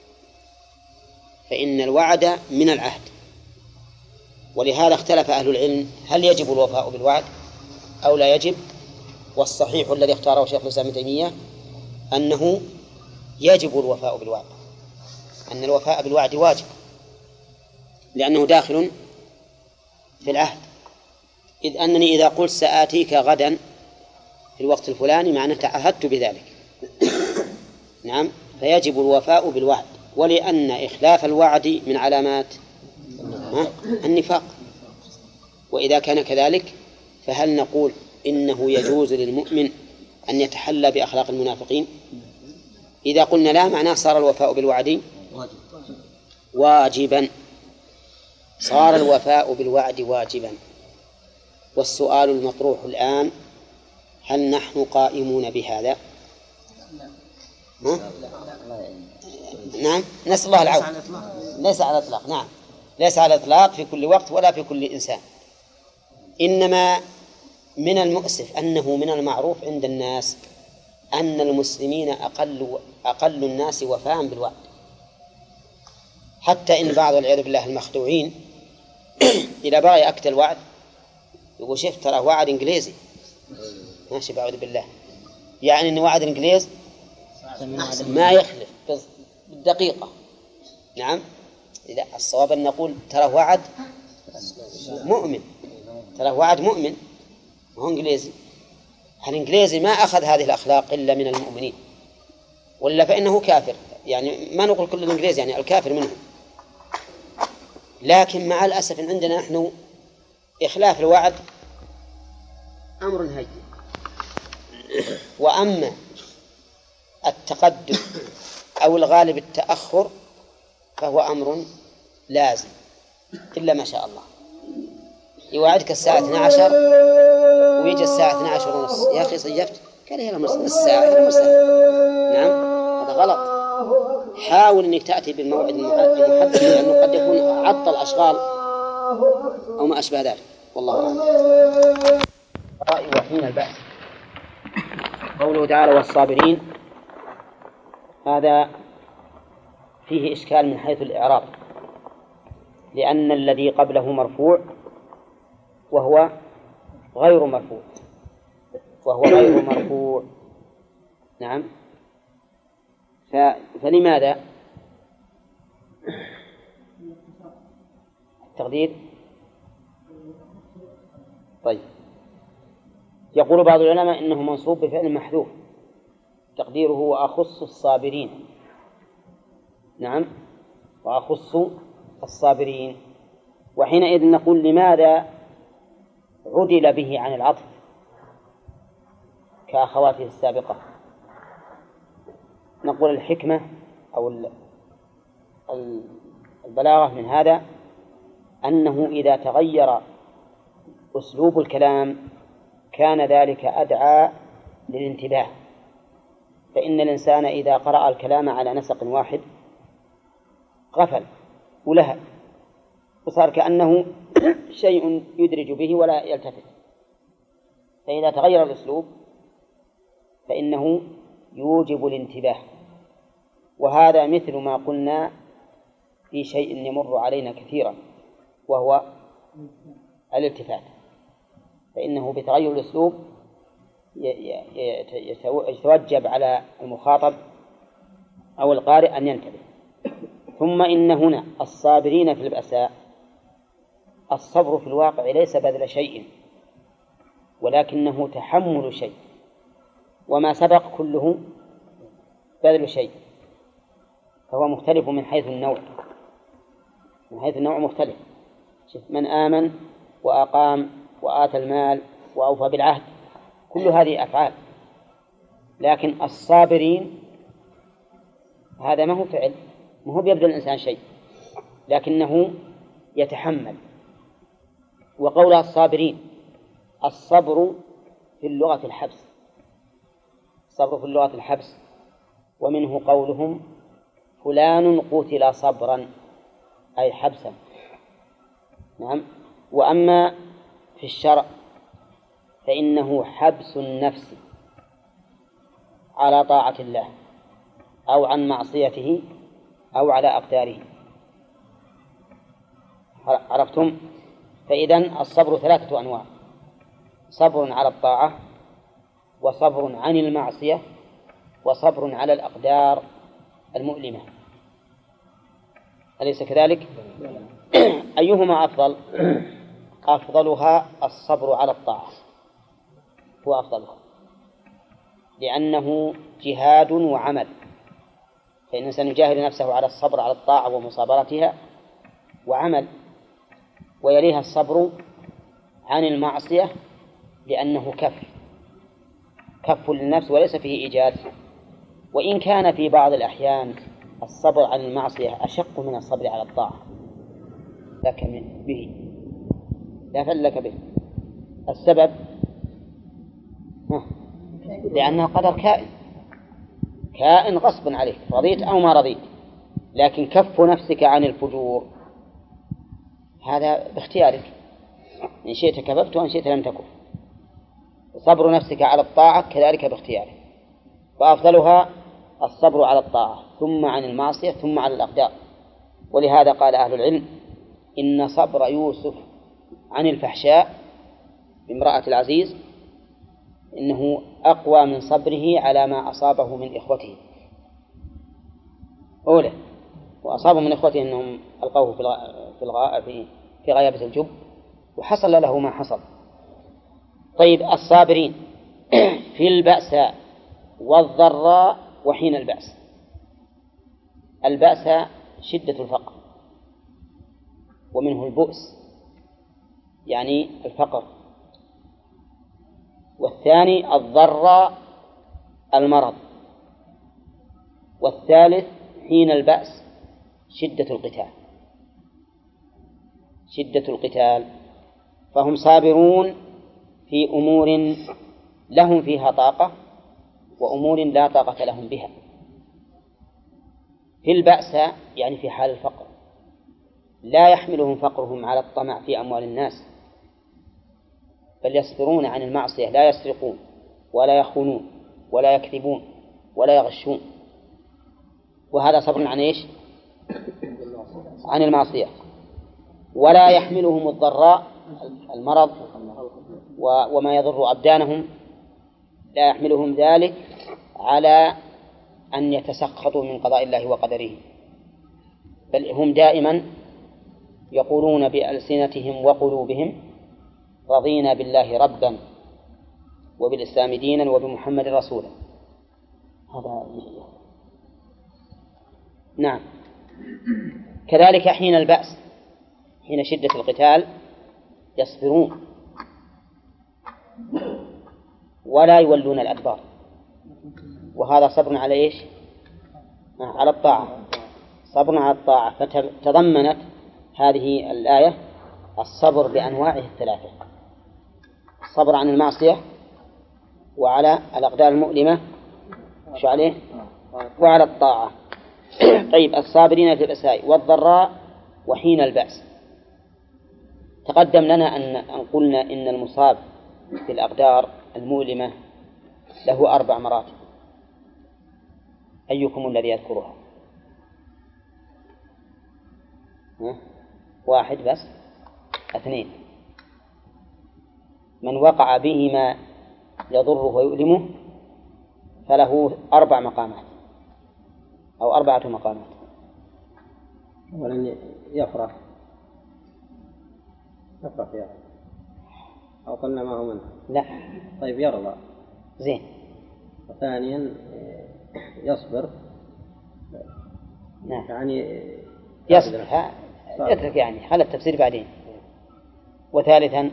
فإن الوعد من العهد، ولهذا اختلف أهل العلم هل يجب الوفاء بالوعد أو لا يجب، والصحيح الذي اختاره شيخ الإسلام ابن تيمية أنه يجب الوفاء بالوعد، أن الوفاء بالوعد واجب، لأنه داخل في العهد، إذ أنني إذا قلت سآتيك غدا في الوقت الفلاني معناه تعهدت بذلك. نعم، فيجب الوفاء بالوعد، ولأن إخلاف الوعد من علامات النفاق، وإذا كان كذلك فهل نقول إنه يجوز للمؤمن أن يتحلى بأخلاق المنافقين؟ إذا قلنا لا معناه صار الوفاء بالوعد واجبا، صار الوفاء بالوعد واجبا. والسؤال المطروح الآن هل نحن قائمون بهذا؟ نعم، نسأل الله العون. ليس على الإطلاق، نعم، ليس على الإطلاق في كل وقت ولا في كل إنسان، إنما من المؤسف أنه من المعروف عند الناس أن المسلمين أقل الناس وفاء بالوعد، حتى إن بعض والعياذ بالله المخدوعين إذا بغى يأكد الوعد يقول شوف ترى وعد إنجليزي، ماشي، بعوذ بالله، يعني أن وعد الإنجليز ما يخلف بالدقيقة. نعم، إذا الصواب أن نقول ترى وعد مؤمن، ترى وعد مؤمن، وهو إنجليزي. الإنجليزي ما أخذ هذه الأخلاق إلا من المؤمنين، ولا فإنه كافر، يعني ما نقول كل الإنجليز، يعني الكافر منهم. لكن مع الأسف عندنا نحن إخلاف الوعد أمر هين، وأما التقدم أو الغالب التأخر فهو أمر لازم، إلا ما شاء الله يوعدك الساعة 12 ويجي الساعة 12:30، يا أخي صيفت، قال هي نص ساعة، هي نص ساعة. نعم، هذا غلط. حاول أنك تأتي بالموعد المحدد، لأنه قد يكون عطل أشغال أو ما أشبه ذلك، والله أعلم. وحين البأس، قوله تعالى والصابرين، هذا فيه إشكال من حيث الإعراب، لأن الذي قبله مرفوع وهو غير مرفوع، نعم، فلماذا التقدير؟ طيب، يقول بعض العلماء إنه منصوب بفعل محذوف تقديره وأخص الصابرين. نعم، وأخص الصابرين. وحينئذ نقول لماذا عدل به عن العطف كأخواته السابقة؟ نقول الحكمة أو البلاغة من هذا أنه إذا تغير أسلوب الكلام كان ذلك أدعى للانتباه، فإن الإنسان إذا قرأ الكلام على نسق واحد غفل ولهى، وصار كأنه شيء يدرج به ولا يلتفت. فإذا تغير الأسلوب فإنه يوجب الانتباه، وهذا مثل ما قلنا في شيء يمر علينا كثيرا وهو الالتفات، فإنه بتغير الأسلوب يتوجب على المخاطب أو القارئ أن ينتبه. ثم إن هنا الصابرين في البأساء، الصبر في الواقع ليس بذل شيء ولكنه تحمل شيء، وما سبق كله بذل شيء. فهو مختلف من حيث النوع، من حيث النوع مختلف. من آمن وأقام وآتى المال وأوفى بالعهد، كل هذه أفعال. لكن الصابرين هذا ما هو فعل، ما هو بيبذل الإنسان شيء، لكنه يتحمل. وقولها الصابرين، الصبر في اللغة الحبس، الصبر في اللغة الحبس، ومنه قولهم فلان قتل صبرا أي حبسا. نعم. وأما في الشرع فإنه حبس النفس على طاعة الله أو عن معصيته أو على أقداره. عرفتم؟ فإذن الصبر 3 أنواع: صبر على الطاعة، وصبر عن المعصية، وصبر على الأقدار المؤلمة. أليس كذلك؟ أيهما أفضل؟ أفضلها الصبر على الطاعة، هو أفضلها، لأنه جهاد وعمل، فإن الإنسان يجاهد نفسه على الصبر على الطاعة ومصابرتها وعمل. ويليها الصبر عن المعصية، لأنه كف للنفس وليس فيه إيجاد. وإن كان في بعض الأحيان الصبر عن المعصية أشق من الصبر على الطاعة، لك به لا فلك به. السبب لأنها قدر كائن غصبا عليك، رضيت أو ما رضيت. لكن كف نفسك عن الفجور هذا باختيارك، إن شئت كففت وإن شئت لم تكف. صبر نفسك على الطاعة كذلك باختيارك، فأفضلها الصبر على الطاعة ثم عن المعصية ثم على الأقدار. ولهذا قال أهل العلم إن صبر يوسف عن الفحشاء بامرأة العزيز إنه أقوى من صبره على ما أصابه من إخوته. أولا وأصابه من إخوته أنهم ألقوه في غيابة الجب وحصل له ما حصل. طيب الصابرين في البأساء والضراء وحين البأس. البأس شدة الفقر، ومنه البؤس يعني الفقر. والثاني الضراء المرض. والثالث حين البأس شدة القتال. فهم صابرون في أمور لهم فيها طاقة وأمور لا طاقة لهم بها. في البأس يعني في حال الفقر لا يحملهم فقرهم على الطمع في أموال الناس، بل يصبرون عن المعصية، لا يسرقون ولا يخونون ولا يكذبون ولا يغشون. وهذا صبر عن إيش؟ عن المعصية. ولا يحملهم الضراء المرض وما يضر أبدانهم، لا يحملهم ذلك على أن يتسخطوا من قضاء الله وقدره، بل هم دائما يقولون بألسنتهم وقلوبهم رضينا بالله ربا وبالإسلام دينا وبمحمد رسولا. هذا نعم. كذلك حين البأس، حين شدة القتال يصبرون ولا يولون الأدبار، وهذا صبر على إيش؟ على الطاعة، صبر على الطاعة. فتضمنت هذه الآية الصبر بأنواعه 3: الصبر عن المعصية وعلى الأقدار المؤلمة وش عليه؟ وعلى الطاعة. طيب الصابرين في البأساء والضراء وحين البأس. تقدم لنا أن قلنا إن المصاب في الأقدار المؤلمة له 4 مراتب. أيكم الذي يذكرها؟ 1 بس؟ 2. من وقع به ما يضره ويؤلمه فله 4 مقامات أو 4 مقامات. أولا يفرح يعني، أو قلنا ما هو منه. لا. طيب يرضى. زين. وثانيا يصبر نعم. يعني يصبر اترك يعني هذا التفسير بعدين. وثالثا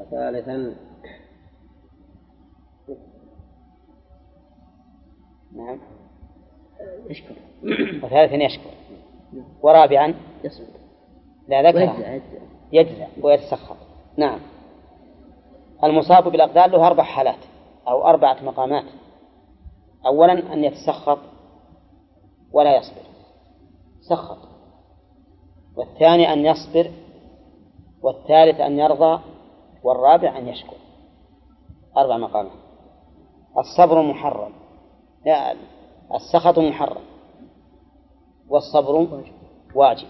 نعم يشكر. وثالثا يشكر. ورابعا يصبر. لا ذكر يجزع ويتسخط. نعم. المصاب بالأقدار له 4 حالات أو 4 مقامات. أولا أن يتسخط ولا يصبر، سخط. والثاني أن يصبر، والثالث أن يرضى، والرابع أن يشكر. 4 مقامات. الصبر محرم، لا السخط محرم، والصبر واجب،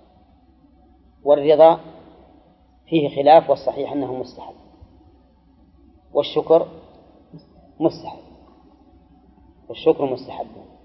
والرضا فيه خلاف، والصحيح أنه مستحب، والشكر مستحب، والشكر مستحب.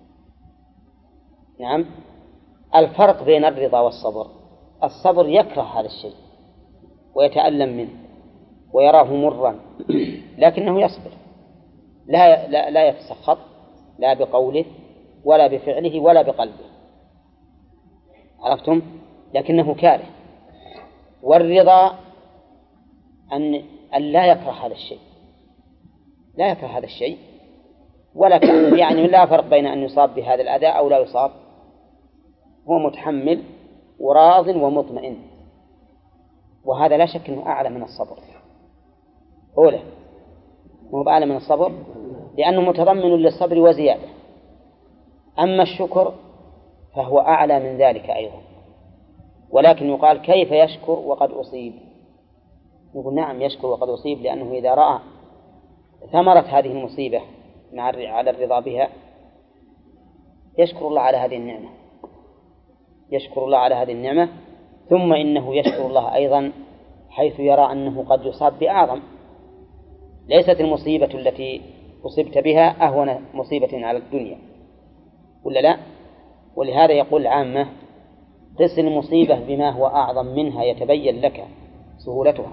نعم. الفرق بين الرضا والصبر: الصبر يكره هذا الشيء ويتألم منه ويراه مرا، لكنه يصبر، لا يتسخط، لا بقوله ولا بفعله ولا بقلبه، عرفتم؟ لكنه كاره. والرضا أن لا يكره هذا الشيء، لا يكره هذا الشيء، ولا يعني لا فرق بين أن يصاب بهذا الأذى أو لا يصاب، هو متحمل وراض ومطمئن. وهذا لا شك أنه أعلى من الصبر. أولا هو أعلى من الصبر لأنه متضمن للصبر وزيادة. أما الشكر فهو أعلى من ذلك أيضا، ولكن يقال كيف يشكر وقد أصيب؟ يقول نعم يشكر وقد أصيب، لأنه إذا رأى ثمرة هذه المصيبة على الرضا بها يشكر الله على هذه النعمة، يشكر الله على هذه النعمة. ثم إنه يشكر الله أيضا حيث يرى أنه قد يصاب بأعظم، ليست المصيبة التي أصبت بها أهون مصيبة على الدنيا، ولا لا؟ ولهذا يقول العامة: قس المصيبة بما هو أعظم منها يتبين لك سهولتها.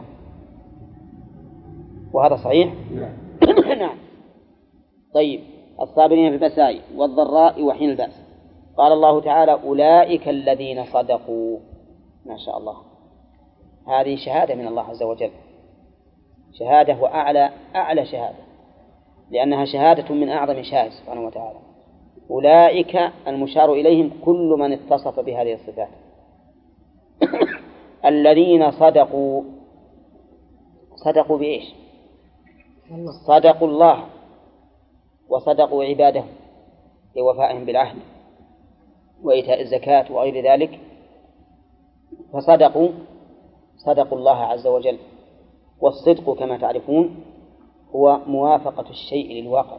وهذا صحيح؟ نعم. طيب، الصابرين في المساء والضراء وحين البأس. قال الله تعالى: أولئك الذين صدقوا. ما شاء الله، هذه شهادة من الله عز وجل، شهادة وأعلى شهادة، لأنها شهادة من أعظم شهادة سبحانه وتعالى. أولئك المشار إليهم كل من اتصف بهذه الصفات. الذين صدقوا. صدقوا بإيش؟ صدقوا الله وصدقوا عباده لوفائهم بالعهد وإيتاء الزكاة وغير ذلك، فصدقوا الله عز وجل. والصدق كما تعرفون هو موافقة الشيء للواقع،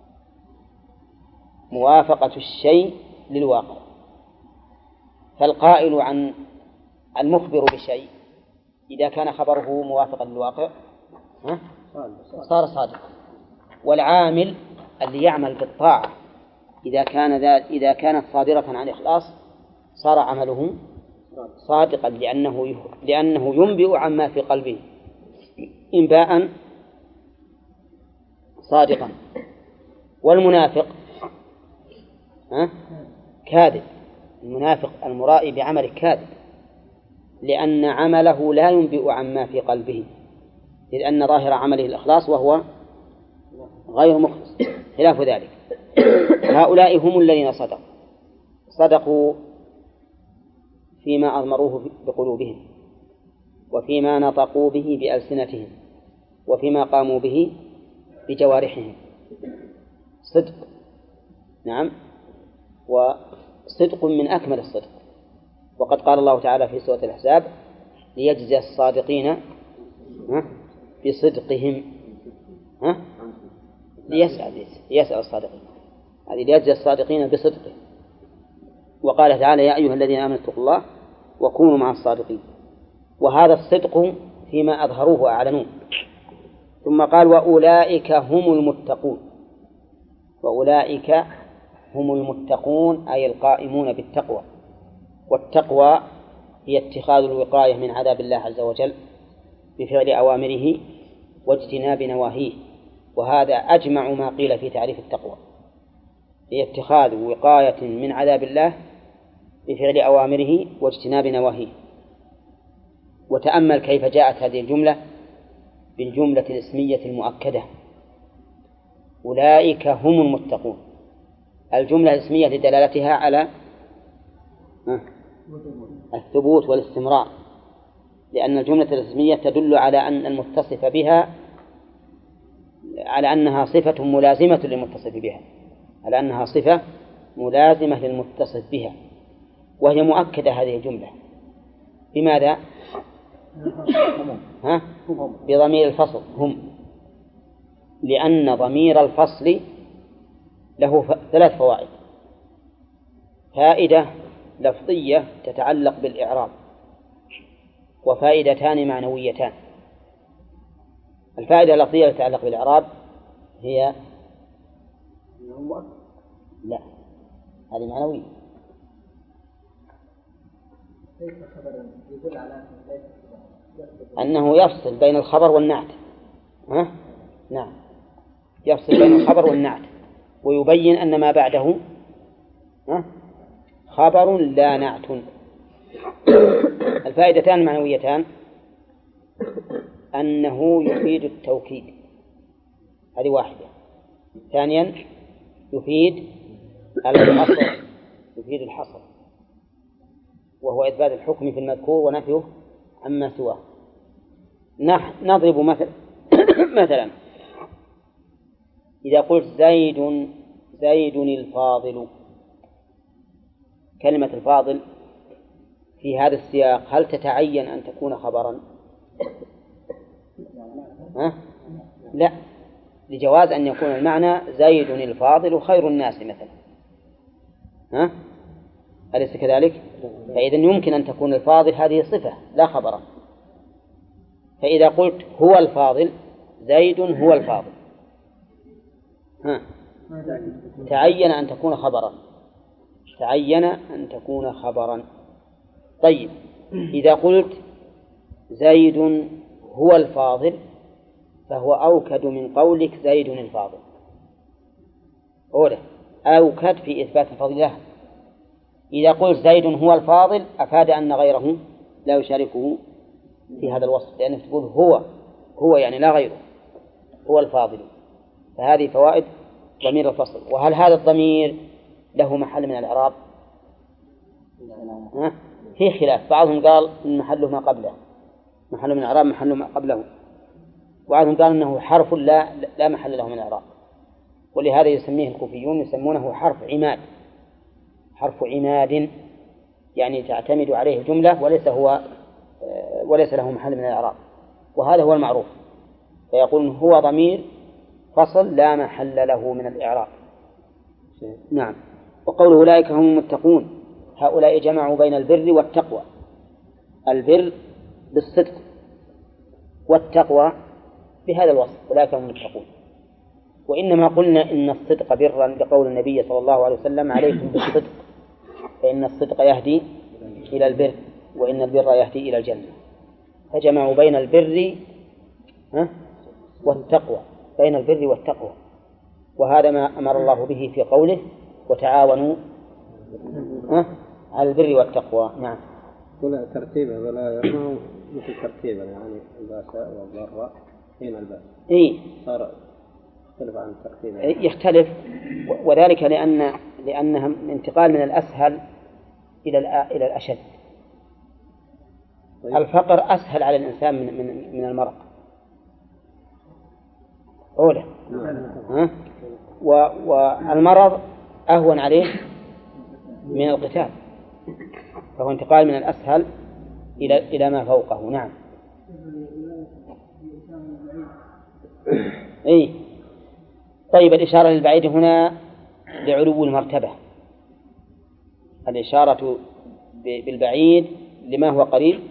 موافقة الشيء للواقع. فالقائل عن المخبر بشيء إذا كان خبره موافقا للواقع صار صادقا، والعامل اللي يعمل بالطاعة إذا كانت صادرة عن إخلاص صار عمله صادقا، لأنه ينبئ عما في قلبه إنباء صادقا. والمنافق كاذب، المنافق المرائي بعمله كاذب، لأن عمله لا ينبئ عما في قلبه، لأن ظاهر عمله الإخلاص وهو غير مخلص، خلاف ذلك. هؤلاء هم الذين صدقوا فيما أضمروه بقلوبهم، وفيما نطقوا به بألسنتهم، وفيما قاموا به بجوارحهم. صدق، نعم، وصدق من أكمل الصدق. وقد قال الله تعالى في سورة الأحزاب: ليجزي الصادقين بصدقهم، ليسأل الصادقين، هذه ليجزي الصادقين بصدقهم. وقال تعالى: يا أيها الذين آمنوا اتقوا الله وكونوا مع الصادقين. وهذا الصدق فيما أظهروه وأعلنوه. ثم قال: وأولئك هم المتقون. وأولئك هم المتقون أي القائمون بالتقوى. والتقوى هي اتخاذ الوقاية من عذاب الله عز وجل بفعل أوامره واجتناب نواهيه. وهذا أجمع ما قيل في تعريف التقوى، هي اتخاذ وقاية من عذاب الله بفعل أوامره واجتناب نواهيه. وتأمل كيف جاءت هذه الجملة بالجملة الاسمية المؤكدة: أولئك هم المتقون. الجملة الاسمية لدلالتها على الثبوت والاستمرار، لأن الجملة الاسمية تدل على أن المتصف بها على أنها صفة ملازمة للمتصف بها، على أنها صفة ملازمة للمتصف بها، وهي مؤكدة هذه الجملة. بماذا؟ بضمير الفصل هم، لأن ضمير الفصل له 3 فوائد: فائدة لفظية تتعلق بالإعراب، وفائدتان معنويتان. الفائدة اللفظية تتعلق بالإعراب هي لا، هذه معنوية. أنه يفصل بين الخبر والنعت. نعم، يفصل بين الخبر والنعت، ويبين أن ما بعده خبر لا نعت. الفائدتان المعنويتان: أنه يفيد التوكيد، هذه واحدة. ثانيا يفيد الحصر، يفيد الحصر، وهو إثبات الحكم في المذكور ونفيه عما سواه. نضرب مثلا إذا قلت زيد الفاضل، كلمة الفاضل في هذا السياق هل تتعين أن تكون خبرا؟ لا، لجواز أن يكون المعنى زيد الفاضل خير الناس مثلا، أليس كذلك؟ فإذا يمكن أن تكون الفاضل هذه صفة لا خبرا. فإذا قلت هو الفاضل، زيد هو الفاضل، تعين أن تكون خبرا، تعين أن تكون خبرا. طيب، إذا قلت زيد هو الفاضل فهو أوكد من قولك زيد الفاضل، أوكد في إثبات الفضيلة. إذا قلت زيد هو الفاضل أفاد أن غيره لا يشاركه في هذا الوصف، لأنك تقول هو يعني لا غيره هو الفاضل. فهذه فوائد ضمير الفصل. وهل هذا الضمير له محل من الإعراب؟ في خلاف، بعضهم قال إن محله ما قبله، محل من الإعراب محله ما قبله، وبعضهم قال إنه حرف لا محل له من الإعراب، ولهذا يسميه الكوفيون يسمونه حرف عماد، حرف عماد، يعني تعتمد عليه الجملة وليس له محل من الإعراب، وهذا هو المعروف. فيقول هو ضمير فصل لا محل له من الإعراب. نعم. وقوله أولئك هم المتقون، هؤلاء جمعوا بين البر والتقوى، البر بالصدق والتقوى بهذا الوصف، أولئك هم المتقون. وإنما قلنا إن الصدق برا بقول النبي صلى الله عليه وسلم عليكم بالصدق فإن الصدق يهدي إلى البر وإن البر يهدي إلى الجنة. فجمعوا بين البر والتقوى، بين البر والتقوى، وهذا ما أمر الله به في قوله وتعاونوا على البر والتقوى. نعم. ولا ترتيبه ولا مثل ترتيبه، يعني الباساء والضراء حين الباس صار يختلف عن ترتيبه، يختلف، وذلك لأنها انتقال من الأسهل إلى الأشد. الفقر أسهل على الإنسان من المرض أولا، والمرض أهون عليه من القتال، فهو انتقال من الأسهل إلى ما فوقه. نعم. طيب، الإشارة للبعيد هنا لعلو المرتبة، الإشارة بالبعيد لما هو قريب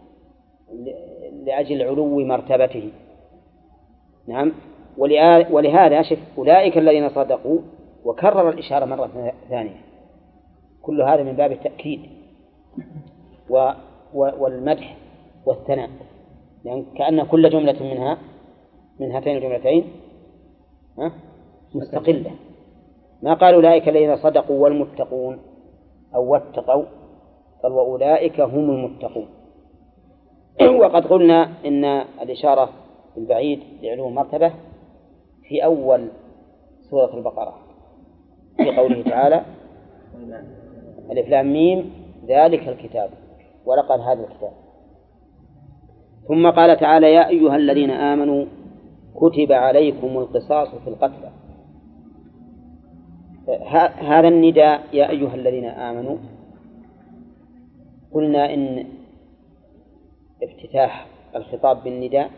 لأجل علو مرتبته. نعم. ولهذا شف أولئك الذين صدقوا، وكرر الإشارة مرة ثانية. كل هذا من باب التأكيد والمدح والثناء، يعني كأن كل جملة من هاتين الجملتين مستقلة. ما قالوا أولئك الذين صدقوا والمتقون أو واتقوا، قال وأولئك هم المتقون. وقد قلنا إن الإشارة بالبعيد لعلو مرتبة في أول سورة البقرة في قوله تعالى ألف لام ميم ذلك الكتاب ولقد هذا الكتاب. ثم قال تعالى يا أيها الذين آمنوا كتب عليكم القصاص في القتلى. هذا النداء يا أيها الذين آمنوا قلنا إن افتتاح الخطاب بالنداء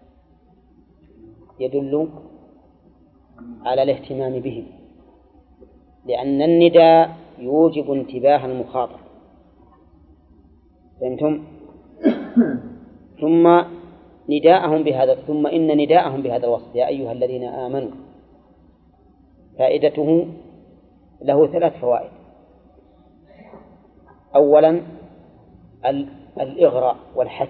يدل على الاهتمام به، لأن النداء يوجب انتباه المخاطب. فهمتم؟ ثم إن نداءهم بهذا الوصف يا أيها الذين آمنوا فائدته له 3 فوائد. أولا الإغراء والحث،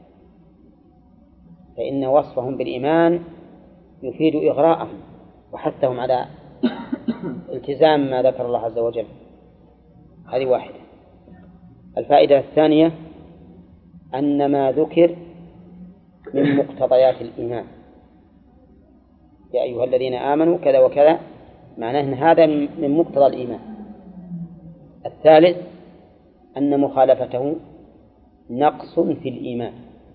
فإن وصفهم بالإيمان يفيد إغراءهم وحثهم على التزام ما ذكر الله عز وجل. هذه واحدة. الفائدة الثانية أن ما ذكر من مقتضيات الإيمان يا أيها الذين آمنوا كذا وكذا، معناه أن هذا من مقتضى الإيمان. الثالث أن مخالفته نقص في الإيمان،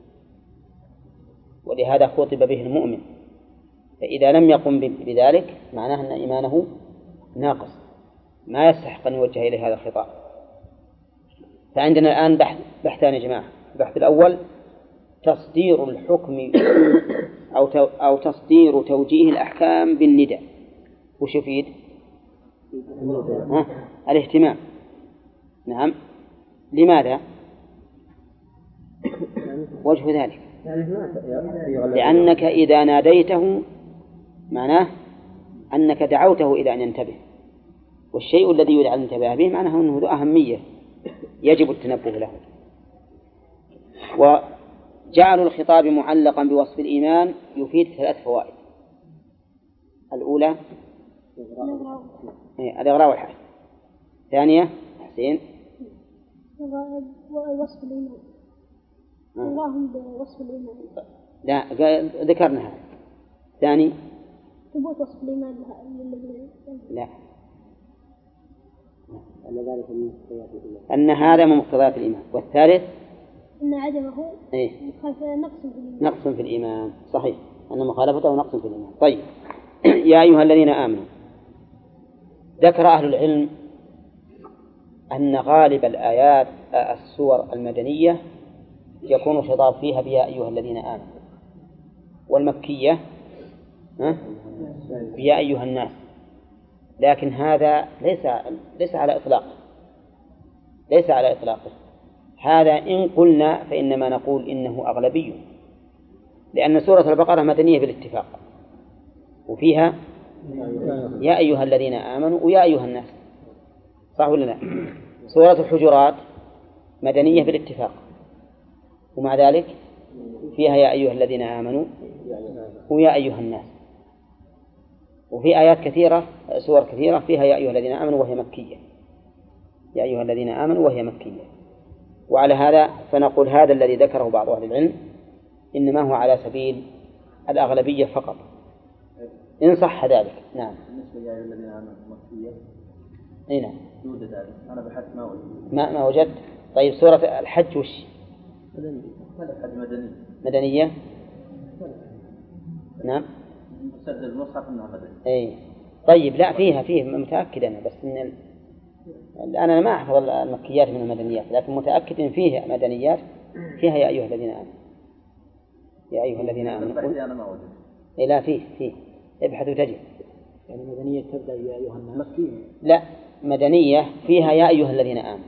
ولهذا خطب به المؤمن، فإذا لم يقم بذلك معناه أن إيمانه ناقص ما يستحق أن يوجه إليه هذا الخطاب. فعندنا الآن بحثان يا جماعة. البحث الأول تصدير الحكم أو تصدير توجيه الأحكام بالنداء. وش يفيد؟ الاهتمام. نعم. لماذا؟ وجه ذلك لأنك إذا ناديته معناه أنك دعوته إلى أن ينتبه، والشيء الذي يدعى أن ينتبه به معناه أنه ذو أهمية يجب التنبه له. وجعل الخطاب معلقا بوصف الإيمان يفيد 3 فوائد. الأولى الإغراء والحث. ثانية حسين وصف الإيمان إغراهم بوصف الإيمان. لا ذكرنا هذا. ثاني ثبوت وصف الإيمان لا أن هذا من مقتضيات الإيمان. والثالث أن عدمه نقص في الإيمان. صحيح أن مخالفته نقص في الإيمان. طيب يا أيها الذين آمنوا. ذكر أهل العلم أن غالب الآيات السور المدنية يكون الخطاب فيها بيا أيها الذين آمنوا، والمكية بيا أيها الناس. لكن هذا ليس على إطلاقه. هذا إن قلنا فإنما نقول إنه أغلبي، لأن سورة البقرة مدنية بالاتفاق، وفيها يا أيها الذين آمنوا ويا أيها الناس، صح ولا لا؟ سورة الحجرات مدنية بالاتفاق، ومع ذلك فيها يا أيها الذين آمنوا ويا أيها الناس. وفي آيات كثيرة سور كثيرة فيها يا أيها الذين آمنوا وهي مكية، يا أيها الذين آمنوا وهي مكية. وعلى هذا فنقول هذا الذي ذكره بعض أهل العلم إنما هو على سبيل الأغلبية فقط إن صح ذلك. نعم. بالنسبة يا أيها الذين آمنوا مكية. أي نعم. يوجد ذلك. أنا بحثت ما وجدت. طيب سورة الحج وش؟ الحج مدنية. نعم. مسجل المصحف إنها مدنية. أي طيب لا فيه متأكد أنا، بس إن أنا ما أحفظ المكيات من المدنيات، لكن متأكد إن فيه مدنيات فيها يا أيها الذين آمنوا. يا أيها الذين آمنوا. أنا ما وجدت. إيه لا فيه ابحث وتجد. يعني مدنية تبدأ يا أيها الناس. لا مدنية فيها يا أيها الذين آمنوا.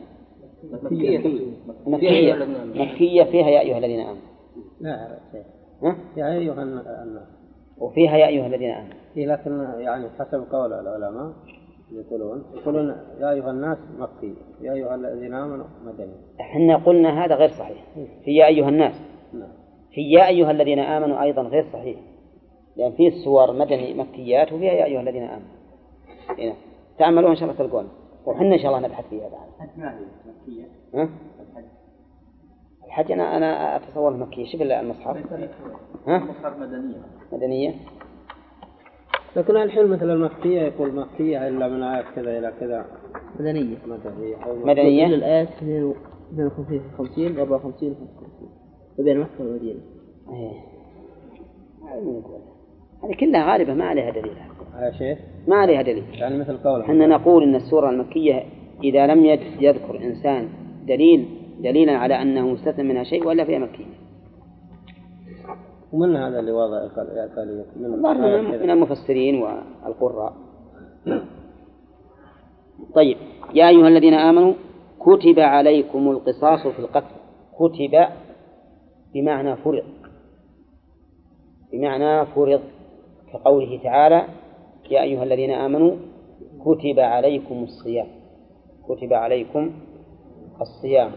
مكية فيها يا أيها الذين آمنوا. لا يا أيها الناس. وفيها يا أيها الذين آمنوا. لكن يعني حسب قول العلماء يقولون يا أيها الناس مكي، يا أيها الذين آمنوا مدني. احنا قلنا هذا غير صحيح. في يا أيها الناس. في يا أيها الذين آمنوا أيضا غير صحيح، لأن فيه السور مدني مكيات وفيها يا أيها الذين آمنوا. هنا تعملوا إن شاء الله تلقون. وحنا إن شاء الله نبحث فيها بعد. الحج ما هي مكية؟ ها؟ الحج أنا أتصور مكية. شوف المصحف. ها؟ مصحف مدنية. لكن الحين مثل المكية يقول مكية إلا من آيات كذا إلى كذا. مدنية. مدنية. كل الآيات 52 50 54 55 بين مكة والمدينة. هذه كلها غالبة ما عليها دليل. يا شيخ. ما عليها دليل. يعني مثل قوله. حنا نقول إن السورة المكية إذا لم يذكر إنسان دليلا على أنه مستثنى منها شيء ولا فيها مكية. ومن هذا اللي واضع من المفسرين والقراء. طيب يا أيها الذين آمنوا كتب عليكم القصاص في القتل. كتب بمعنى فرض كقوله تعالى يا أيها الذين آمنوا كتب عليكم الصيام. كتب عليكم الصيام.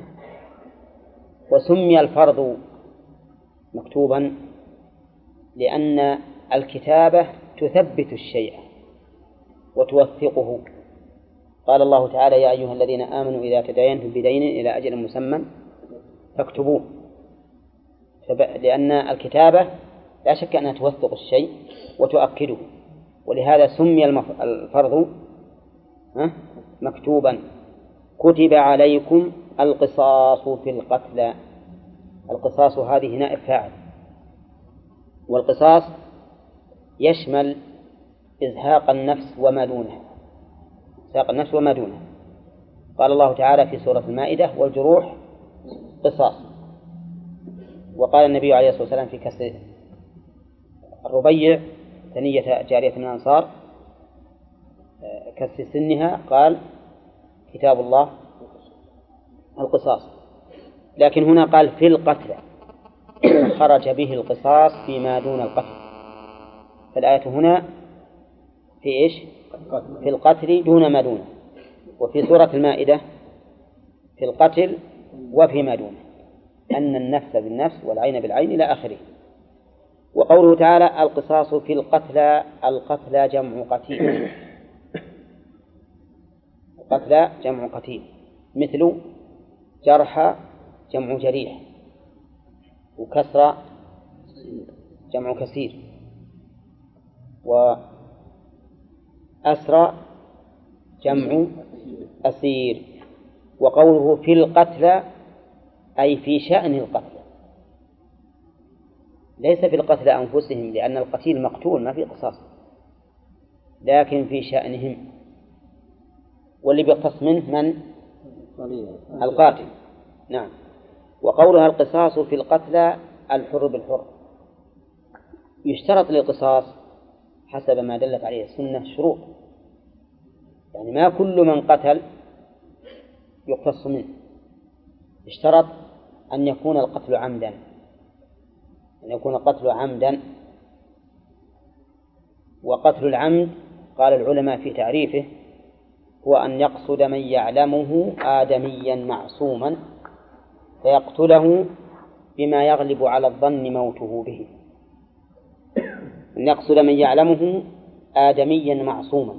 وسمي الفرض مكتوبا لأن الكتابة تثبت الشيء وتوثقه. قال الله تعالى يا أيها الذين آمنوا إذا تداينتم بدين إلى أجل مسمى فاكتبوه. لأن الكتابة لا شك أنها توثق الشيء وتؤكده، ولهذا سمي الفرض مكتوبا. كتب عليكم القصاص في القتلى. القصاص هذه نائب فاعل، والقصاص يشمل إزهاق النفس وما دونها. إزهاق النفس وما دونها. قال الله تعالى في سورة المائدة والجروح قصاص. وقال النبي عليه الصلاة والسلام في كسر الربيع ثنية جارية من الأنصار كسر سنها قال كتاب الله القصاص. لكن هنا قال في القتل خرج به القصاص فيما دون القتل. فالآية هنا في إيش؟ في القتل دون ما دونه. وفي سورة المائدة في القتل وفيما دونه، أن النفس بالنفس والعين بالعين إلى آخره. وقوله تعالى القصاص في القتلى. القتلى جمع قتيل. القتلى جمع قتيل مثل جرح جمع جريح، وكسر جمع كسير، وأسرى جمع أسير. وقوله في القتلى أي في شأن القتلى، ليس في القتلى أنفسهم، لأن القتيل مقتول ما في قصاص، لكن في شأنهم. واللي بيقتص منه من؟ القاتل. نعم. وقولها القصاص في القتلى الحر بالحر. يشترط للقصاص حسب ما دلت عليه السنة شروط، يعني ما كل من قتل يقتص منه. اشترط أن يكون القتل عمدا، أن يكون القتل عمدا. وقتل العمد قال العلماء في تعريفه هو أن يقصد من يعلمه آدميا معصوما فيقتله بما يغلب على الظن موته به. أن يقصد من يعلمه آدميا معصوما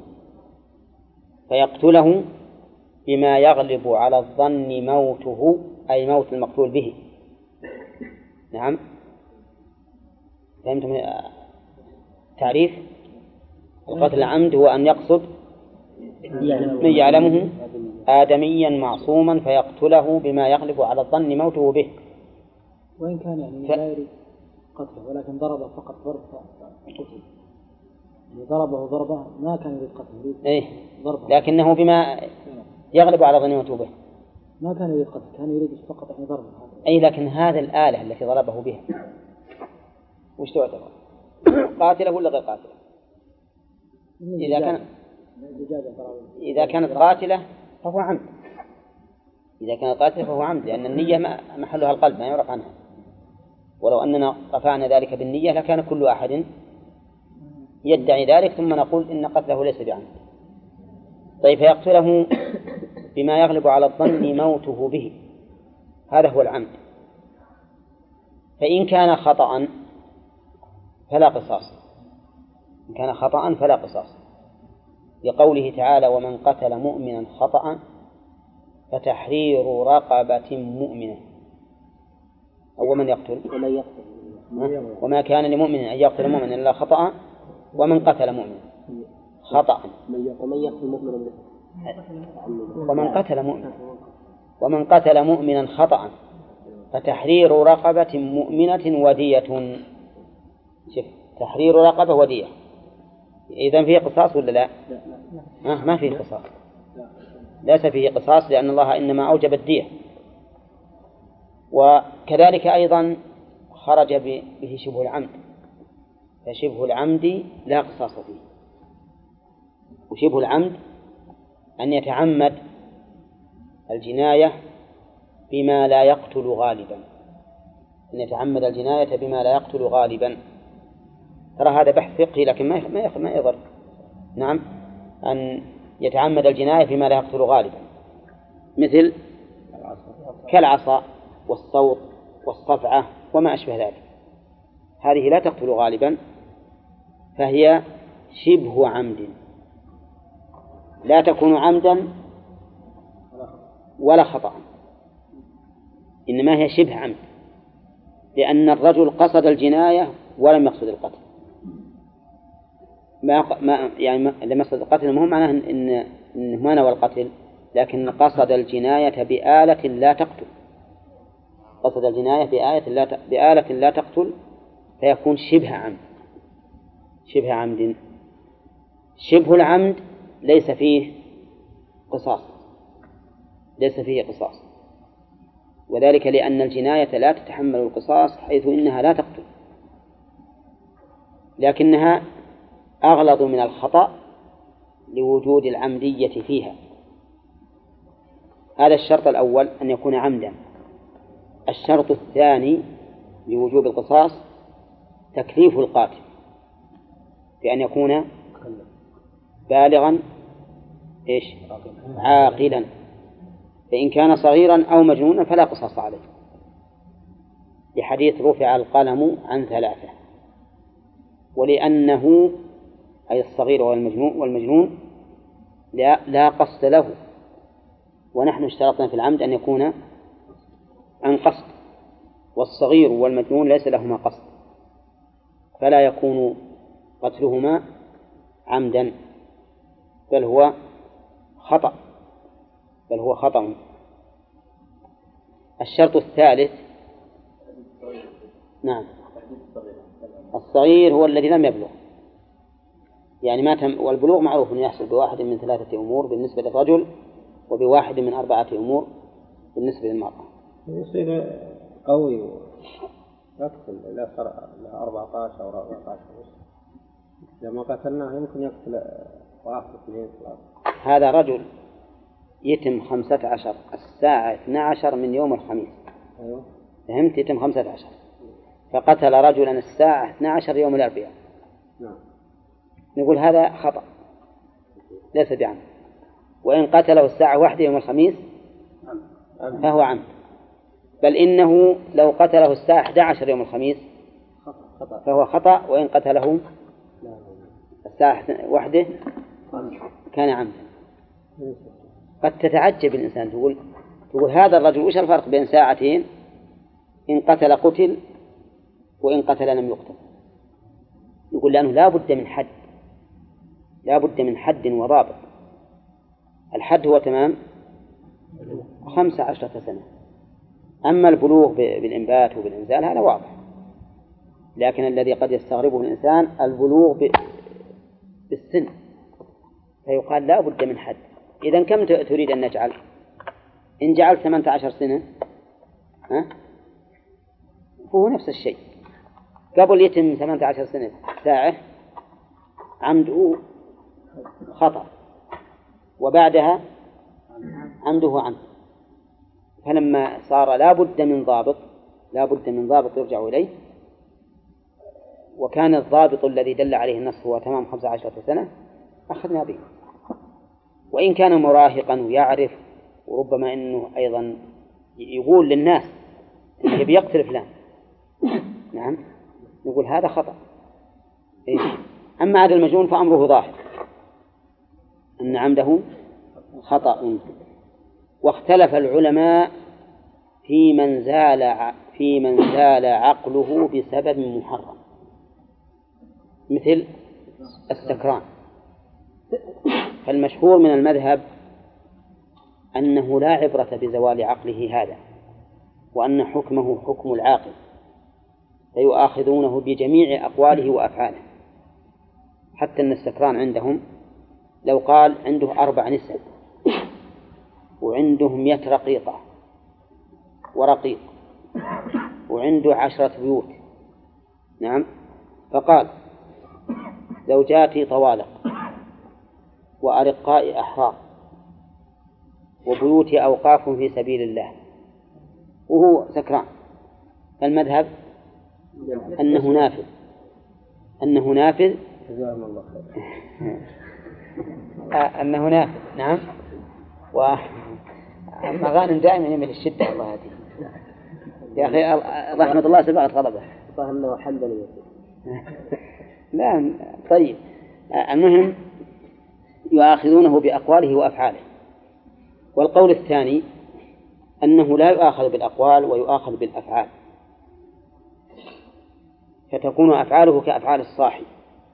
فيقتله بما يغلب على الظن موته، أي موت المقتول به. نعم، فهمتم تعريف القتل العمد؟ هو أن يقصد من يعلمه آدميا معصوما فيقتله بما يغلب على الظن موته به. وإن كان يعني لا يريد قتله ولكن ضربه فقط ضرب فقتل، يعني ضربه ضربه ما كان يريد قتله، يريد ضربه لكنه بما يغلب على ظن موته به. ما كان يريد قتله، كان يريد فقط يعني ضربه. أي لكن هذا الآلة التي ضربه بها وش تعتبر؟ قاتله ولا غير قاتله؟ إذا كانت قاتلة فهو عمد. إذا كانت قاتلة فهو عمد، لأن النية محلها القلب ما يعرف عنها. ولو أننا رفعنا ذلك بالنية لكان كل أحد يدعي ذلك ثم نقول إن قتله ليس بعمد. طيب فيقتله بما يغلب على الظن موته به، هذا هو العمد. فإن كان خطأ فلا قصاص. إن كان خطأ فلا قصاص. لقوله تعالى ومن قتل مؤمنا خطأ فتحرير رقبة مؤمنة، أو من يقتل وما كان لمؤمن أن يقتل مؤمنا إلا خطأ ومن قتل مؤمنا خطأ ومن قتل مؤمنا خطأ فتحرير رقبة مؤمنة ودية. شوف تحرير رقبة ودية، إذن فيه قصاص ولا لا؟ ما فيه قصاص، ليس فيه قصاص لأن الله إنما أوجب الدية. وكذلك أيضا خرج به شبه العمد، فشبه العمد لا قصاص فيه. وشبه العمد أن يتعمد الجناية بما لا يقتل غالبا، أن يتعمد الجناية بما لا يقتل غالبا. ترى هذا بحث فقهي لكن ما يضر. نعم، أن يتعمد الجناية بما لا يقتل غالبا، مثل كالعصا والصوت والصفعة وما أشبه ذلك، هذه لا تقتل غالبا فهي شبه عمد، لا تكون عمدا ولا خطأ، إنما هي شبه عمد، لأن الرجل قصد الجناية ولم يقصد القتل. لما قصد القتل مهم معناه إنه ما نوى القتل، لكن قصد الجناية بآلة لا تقتل، قصد الجناية بآلة لا تقتل فيكون شبه عمد. شبه عمد. شبه العمد ليس فيه قصاص، ليس فيه قصاص، وذلك لأن الجناية لا تتحمل القصاص حيث إنها لا تقتل، لكنها أغلظ من الخطأ لوجود العمدية فيها. هذا الشرط الأول أن يكون عمدا. الشرط الثاني لوجوب القصاص تكليف القاتل بأن يكون بالغا عاقلا، فإن كان صغيرا أو مجنونا فلا قصاص عليه، لحديث رفع القلم عن 3، ولأنه أي الصغير والمجنون لا قصد له، ونحن اشترطنا في العمد أن يكون عن قصد، والصغير والمجنون ليس لهما قصد، فلا يكون قتلهما عمدا بل هو خطأ. الشرط الثالث نعم الصغير هو الذي لم يبلغ، يعني والبلوغ معروف أنه يحصل بواحد من 3 أمور بالنسبة للرجل، وبواحد من 4 أمور بالنسبة للمرأة. يصير قوي يقتل إلى 14 أو 14 لما قتلناه يمكن يقتل 1 2 3. هذا رجل يتم 15 الساعة 12 من يوم الخميس. أيوه. فهمت؟ يتم 15 فقتل رجلا الساعة 12 يوم الأربعاء. نعم. نقول هذا خطأ ليس بعمد، وإن قتله الساعة 1 يوم الخميس فهو عمد، بل إنه لو قتله الساعة 11 يوم الخميس فهو خطأ، وإن قتله الساعة 1 كان عمدا. قد تتعجب الإنسان تقول هذا الرجل وش الفرق بين ساعتين إن قتل قتل وإن قتل لم يقتل؟ يقول لأنه لا بد من حد وضابط. الحد هو تمام 15 سنة، أما البلوغ بالإنبات وبالإنزال هذا واضح، لكن الذي قد يستغربه الإنسان البلوغ بالسن، فيقال لا بد من حد. إذن كم تريد أن نجعل؟ إن جعلت 18 سنة هو نفس الشيء، قبل يتم 18 سنة ساعة عمده خطأ، وبعدها عمده عمد، فلما صار لا بد من ضابط يرجع إليه، وكان الضابط الذي دل عليه النص هو تمام 15 سنة أخذنا به. وإن كان مراهقا ويعرف وربما أنه أيضا يقول للناس أنه يبي يقتل فلان، نعم نقول هذا خطأ. أما عاد المجنون فأمره ظاهر، أن عمده خطأ. واختلف العلماء في من زال عقله بسبب محرم مثل السكران. فالمشهور من المذهب أنه لا عبرة بزوال عقله هذا، وأن حكمه حكم العاقل، فيؤاخذونه بجميع أقواله وأفعاله. حتى أن السكران عندهم لو قال عنده 4 نساء وعنده 100 رقيقة ورقيق وعنده 10 بيوت، نعم، فقال زوجاتي طوالق وأرقاء أحرار وبيوتي أوقاف في سبيل الله، وهو سكران، فالمذهب أنه نافذ أنه نافذ، نعم. ومغانم دائما يميل الشدة، الله هذه يا أخي رحمة الله سبقت غضبه. فهمنا حنبلي. لا طيب، المهم يؤاخذونه بأقواله وأفعاله. والقول الثاني أنه لا يؤاخذ بالأقوال ويؤاخذ بالأفعال، فتكون أفعاله كأفعال الصاحي،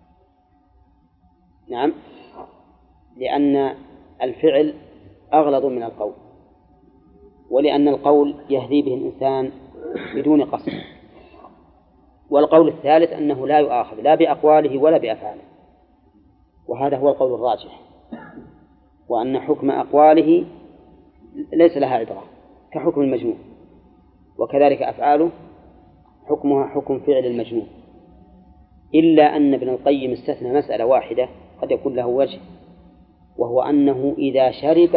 نعم، لأن الفعل أغلظ من القول، ولأن القول يهدي به الإنسان بدون قصد. والقول الثالث أنه لا يؤاخذ لا بأقواله ولا بأفعاله، وهذا هو القول الراجح، وأن حكم أقواله ليس لها عبرة كحكم المجنون، وكذلك أفعاله حكمها حكم فعل المجنون، إلا أن ابن القيم استثنى مسألة واحدة قد يكون له وجه، وهو أنه إذا شرب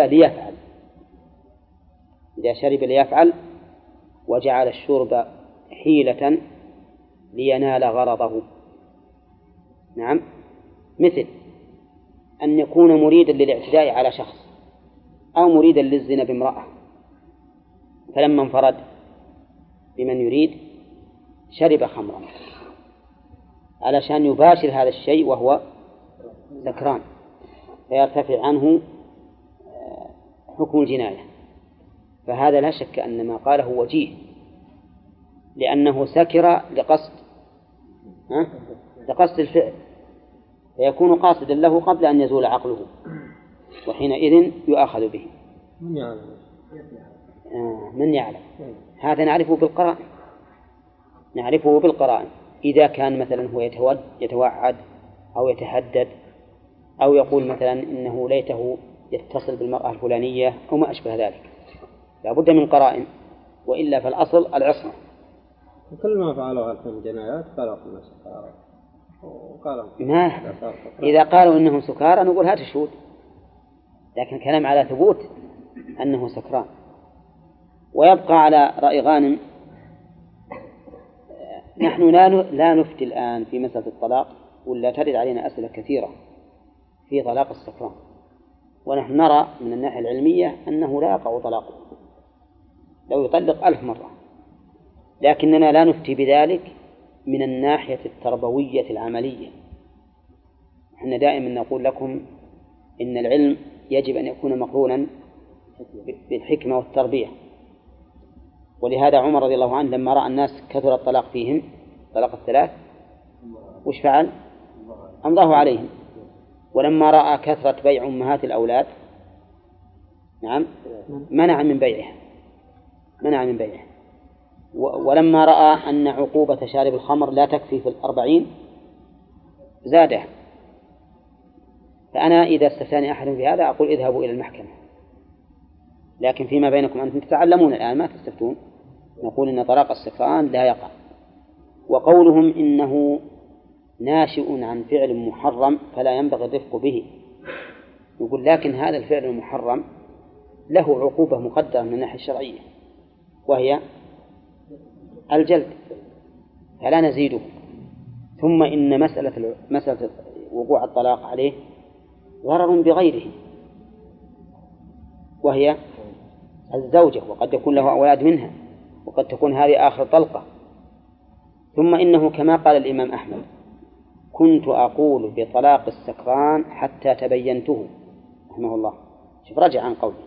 ليفعل وجعل الشرب حيلة لينال غرضه، نعم، مثل أن يكون مريدا للاعتداء على شخص أو مريدا للزنا بامرأة، فلما انفرد بمن يريد شرب خمرا علشان يباشر هذا الشيء وهو سكران، فيرتفع عنه حكم الجناية. فهذا لا شك أن ما قاله وجيه، لأنه سكر لقصد الفعل، فيكون قاصدا له قبل أن يزول عقله، وحينئذ يؤاخذ به. من يعلم؟ هذا نعرفه بالقرائن. إذا كان مثلا هو يتوعد أو يتهدد أو يقول مثلا إنه ليته يتصل بالمرأة الفلانية أو ما أشبه ذلك، لا بد من قرائن، وإلا فالأصل العصمة. كل ما فعلوا هذه الجنايات قالوا إنه سكارى، إذا قالوا إنهم سكارى نقول هات الشهود، لكن كلام على ثبوت أنه سكران. ويبقى على رأي غانم، نحن لا نفتي الآن في مسألة الطلاق، ولا ترد علينا أسئلة كثيرة في طلاق السكران، ونحن نرى من الناحية العلمية أنه لا يقع طلاقه لو يطلق 1000 مرة، لكننا لا نفتي بذلك من الناحية التربوية العملية. نحن دائما نقول لكم إن العلم يجب أن يكون مقرونا بالحكمة والتربية، ولهذا عمر رضي الله عنه لما رأى الناس كثر الطلاق فيهم، طلاق الثلاث، وش فعل؟ أمضاه عليهم. ولما رأى كثرة بيع أمهات الأولاد، نعم، منع من بيعها. ولما رأى أن عقوبة شارب الخمر لا تكفي في 40 زادها. فأنا إذا استفتاني أحد في هذا أقول اذهبوا إلى المحكمة، لكن فيما بينكم أنتم تتعلمون الآن ما تستفتون. نقول إن طلاق السكران لا يقع. وقولهم إنه ناشئ عن فعل محرم فلا ينبغي الرفق به، يقول لكن هذا الفعل المحرم له عقوبة مقدرة من الناحية الشرعية، وهي الجلد، فلا نزيده. ثم إن مسألة وقوع الطلاق عليه ضرر بغيره، وهي الزوجة، وقد يكون له أولاد منها، وقد تكون هذه آخر طلقة. ثم إنه كما قال الإمام أحمد: كنت أقول بطلاق السكران حتى تبينته رحمه الله، شوف رجع عن قوله: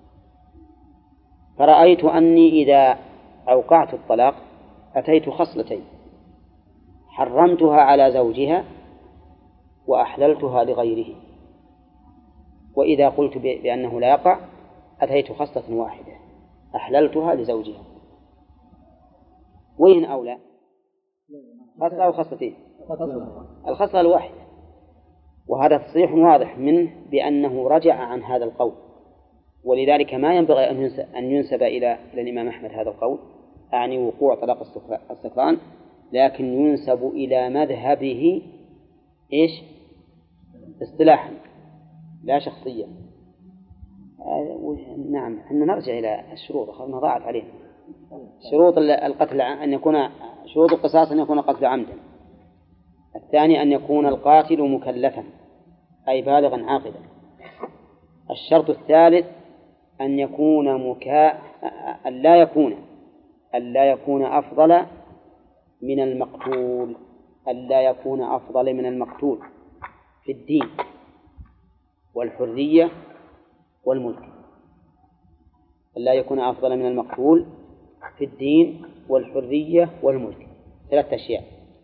فرأيت أني إذا أوقعت الطلاق أتيت خصلتين: حرمتها على زوجها وأحللتها لغيره، وإذا قلت بأنه لا يقع أتيت خصلة واحدة أحللتها لزوجها. وين أولى؟ خصلة أو خصلتين؟ الخصلة الواحدة. وهذا تصريح واضح منه بأنه رجع عن هذا القول، ولذلك ما ينبغي أن ينسب إلى الإمام أحمد هذا القول، أعني وقوع طلاق السكران، لكن ينسب إلى مذهبه إيش؟ اصطلاحا لا شخصيا. نعم، احنا نرجع إلى الشروط، أخذنا ضاعت علينا. شروط القتل أن يكون، شروط القصاص أن يكون قتل عمدا. الثاني أن يكون القاتل مكلفا أي بالغا عاقلا. الشرط الثالث أن يكون أن لا يكون أفضل من المقتول، ألا يكون أفضل من المقتول في الدين والحرية والملك. ألا يكون أفضل من المقتول في الدين والحرية والملك، 3 أشياء.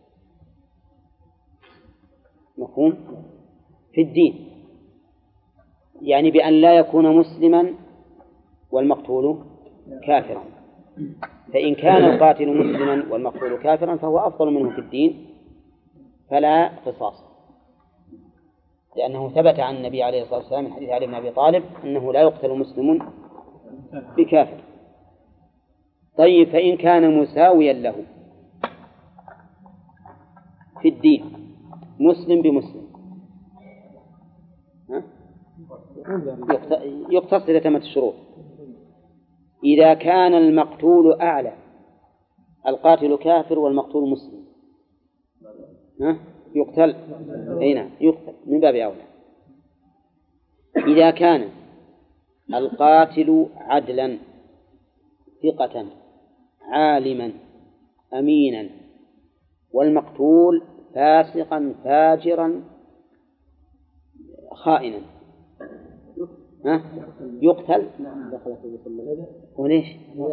مفهوم؟ في الدين يعني بأن لا يكون مسلما والمقتول كافرا، فإن كان القاتل مسلما والمقتول كافرا فهو أفضل منه في الدين فلا قصاص، لأنه ثبت عن النبي عليه الصلاة والسلام من حديث علي بن أبي طالب أنه لا يقتل مسلم بكافر. طيب، فإن كان مساويا له في الدين، مسلم بمسلم، يقتص إذا تمت الشروط. إذا كان المقتول أعلى، القاتل كافر والمقتول مسلم، يقتل. نعم، يقتل من باب أولى. إذا كان القاتل عدلا ثقة عالما أمينا والمقتول فاسقا فاجرا خائنا، يقتل. وليش؟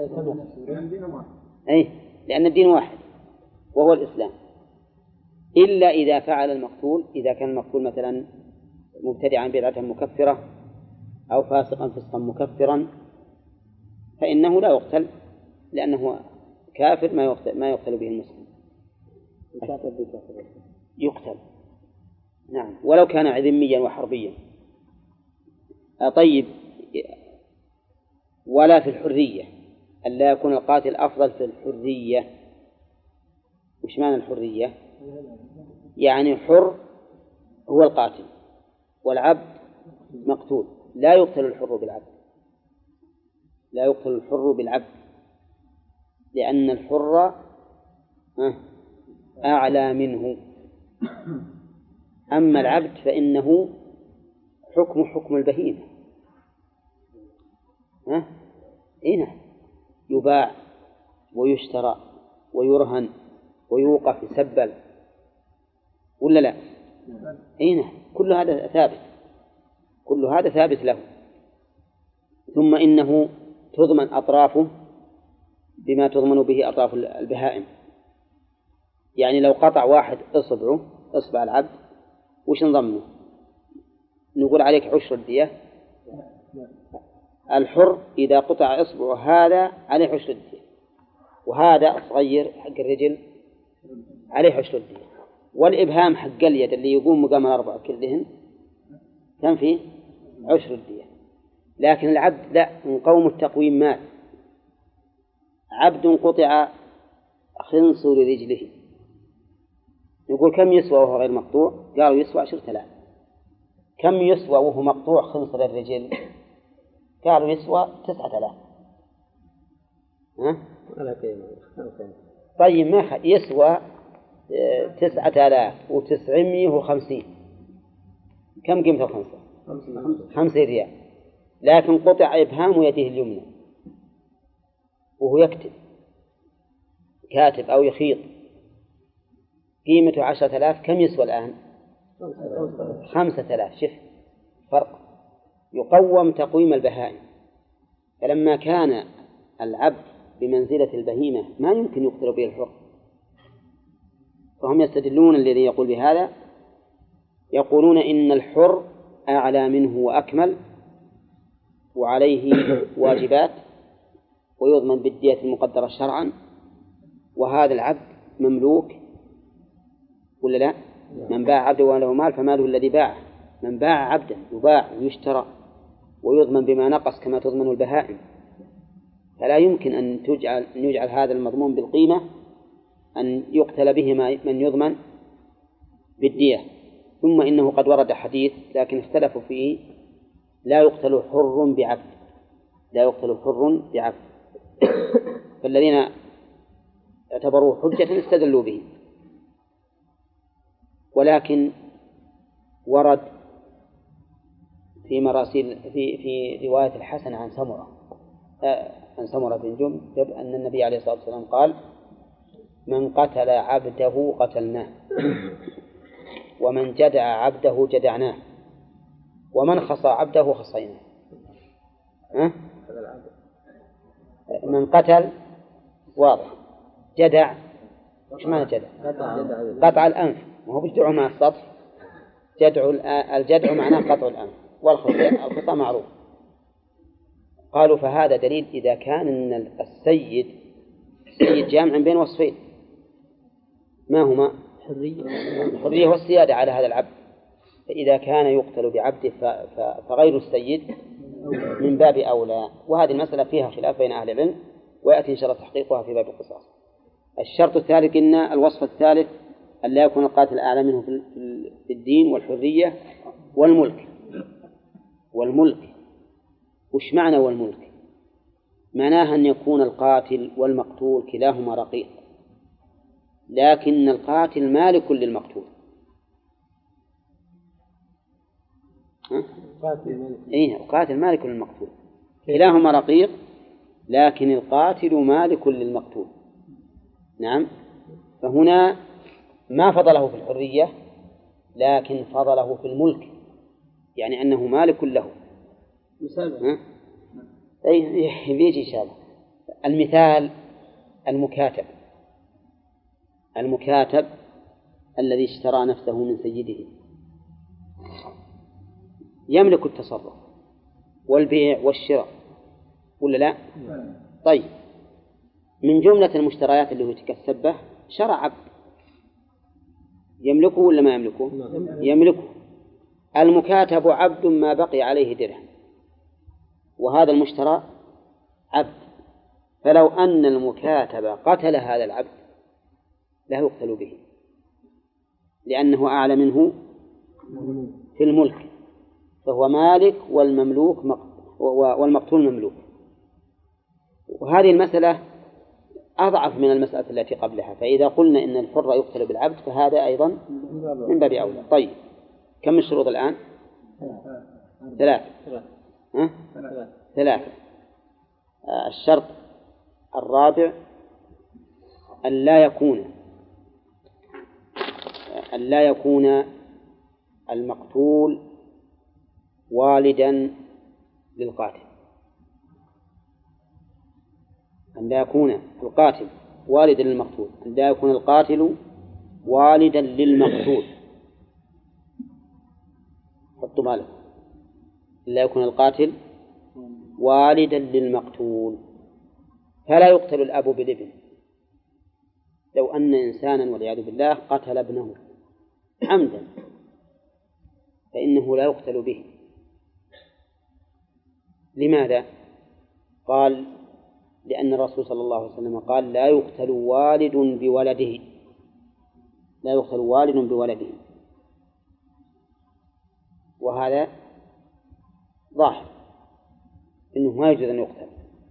أي، لأن الدين واحد وهو الإسلام، إلا إذا فعل المقتول، إذا كان المقتول مثلا مبتدعا بدعة مكفرة أو فاسقا فسقا مكفرا فإنه لا يقتل، لأنه كافر ما يقتل به المسلم. يقتل، نعم، ولو كان ذميا وحربيا. طيب، ولا في الحرية، ألا يكون القاتل أفضل في الحرية. وش معنى الحرية؟ يعني حر هو القاتل والعبد مقتول، لا يقتل الحر بالعبد، لا يقتل الحر بالعبد، لأن الحر أعلى منه. أما العبد فإنه حكم البهيمة، يباع ويشترى ويرهن ويوقف يسبل، ولا لا؟ كل هذا ثابت، كل هذا ثابت له. ثم إنه تضمن أطرافه بما تضمن به أطراف البهائم. يعني لو قطع واحد إصبع العبد، وش نضمنه؟ نقول عليك عشر الدية. الحر إذا قطع إصبعه هذا عليه عشر الدية، وهذا صغير حق الرجل عليه عشر الدية، والإبهام حق اليد اللي يقوم مقام الأربعة كلهن كم فيه؟ عشر الدية. لكن العبد لا، من قوم التقويم مال. عبد قطع خنصر رجله، يقول كم يسوى وهو غير مقطوع؟ قالوا يسوى 10,000. كم يسوى وهو مقطوع خنصر الرجل؟ قالوا يسوى 9,000. طيب، ما يسوى 9,950. كم قيمة الخنصر؟ 50 ريال. لكن قطع إبهام يده اليمنى وهو يكتب، كاتب أو يخيط، قيمته 10,000. كم يسوى الآن؟ 5,000. شوف فرق. يقوم تقويم البهائم. فلما كان العبد بمنزلة البهيمة ما يمكن يقتل به الحر، فهم يستدلون الذي يقول بهذا يقولون إن الحر أعلى منه وأكمل وعليه واجبات ويضمن بالدية المقدرة شرعا، وهذا العبد مملوك ولا لا؟ من باع عبده وله مال فماله الذي باعه. من باع عبدا يباع ويشترى ويضمن بما نقص كما تضمن البهائم، فلا يمكن أن يجعل هذا المضمون بالقيمة أن يقتل به من يضمن بالدية. ثم إنه قد ورد حديث لكن اختلفوا فيه لا يقتل حر بعبد، لا يقتل حر بعبد، فالذين اعتبروه حجة استدلوا به. ولكن ورد في مراسيل في رواية الحسن عن سمرة بن جندب أن النبي عليه الصلاة والسلام قال: من قتل عبده قتلناه، ومن جدع عبده جدعناه، ومن خصى عبده خصيناه. من قتل واضح، جدع وش معنى جدع؟ قطع الأنف، وهو بجدعه مع السطح. الجدع معناه قطع الأنف، والخصى معروف. قالوا فهذا دليل إذا كان إن السيد جامع بين وصفين، ما هما؟ الحرية والسيادة على هذا العبد، فإذا كان يقتل بعبده فغير السيد من باب أولى. وهذه المسألة فيها خلاف بين أهل العلم، ويأتي إن شاء الله تحقيقها في باب القصاص. الشرط الثالث قلنا الوصف الثالث أن لا يكون القاتل أعلى منه في الدين والحرية والملك. والملك وش معنى والملك؟ معناها أن يكون القاتل والمقتول كلاهما رقيق، لكن القاتل مالك للمقتول. القاتل مالك للمقتول، كلاهما رقيق لكن القاتل مالك للمقتول. نعم. فهنا ما فضله في الحرية لكن فضله في الملك، يعني أنه مالك له. مثال بيجي إن شاء الله. المثال المكاتب الذي اشترى نفسه من سيده يملك التصرف والبيع والشراء ولا لا؟ طيب، من جملة المشتريات اللي هو يتكسب به شرى عبد، يملكه ولا ما يملكه؟ يملكه. المكاتب عبد ما بقي عليه درهم، وهذا المشترى عبد، فلو أن المكاتب قتل هذا العبد لا يقتل به، لأنه أعلى منه في الملك، فهو مالك والمقتول مملوك. وهذه المسألة أضعف من المسألة التي قبلها، فإذا قلنا إن الحر يقتل بالعبد فهذا أيضا من باب أولى. طيب، كم الشروط الآن؟ 3. 3. الشرط الرابع أن لا يكون المقتول والدا للقاتل، أن لا يكون القاتل والدا للمقتول، أن لا يكون القاتل والدا للمقتول. حطوا بالكم، لا يكون القاتل والدا للمقتول. فلا يقتل الأب بالابن. لو أن إنسانا والعياذ بالله قتل ابنه عمدا فإنه لا يقتل به. لماذا؟ قال: لأن الرسول صلى الله عليه وسلم قال: لا يقتل والد بولده، لا يقتل والد بولده. وهذا ظاهر إنه ما يجوز أن يقتل.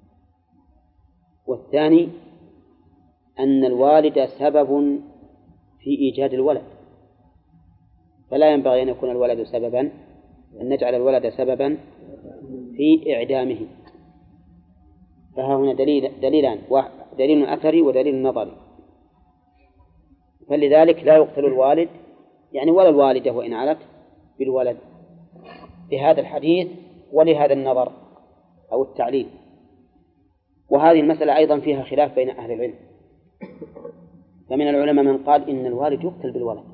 والثاني أن الوالد سبب في إيجاد الولد، فلا ينبغي أن يكون الولد سببا، أن نجعل الولد سببا في إعدامه. فها هنا دليلان، دليل أثري ودليل نظري. فلذلك لا يقتل الوالد يعني ولا الوالدة وإن علت بالولد. في هذا الحديث ولهذا النظر أو التعليل. وهذه المسألة أيضا فيها خلاف بين أهل العلم، فمن العلماء من قال إن الوالد يقتل بالولد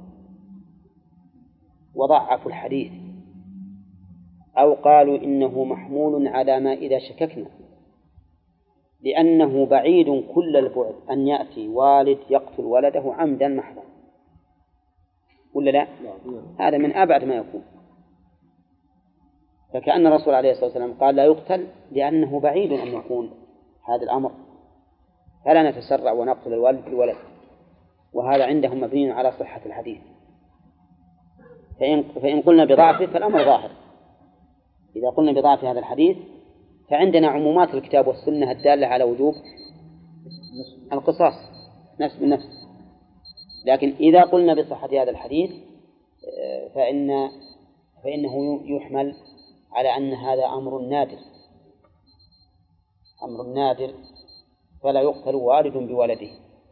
وضعفوا الحديث، أو قالوا إنه محمول على ما إذا شككنا، لأنه بعيد كل البعد أن يأتي والد يقتل ولده عمدا محضا، ولا لا؟ هذا من أبعد ما يكون. فكأن الرسول عليه الصلاة والسلام قال لا يقتل لأنه بعيد أن يكون هذا الأمر، فلا نتسرع ونقتل الوالد بالولد، وهذا عندهم مبني على صحة الحديث. فإن قلنا بضعفه فالأمر ظاهر. إذا قلنا بضعف هذا الحديث فعندنا عمومات الكتاب والسنة الدالة على وجوب القصاص نفس بالنفس. لكن إذا قلنا بصحة هذا الحديث فإنه يحمل على أن هذا أمر نادر فلا يقتل والد بولده.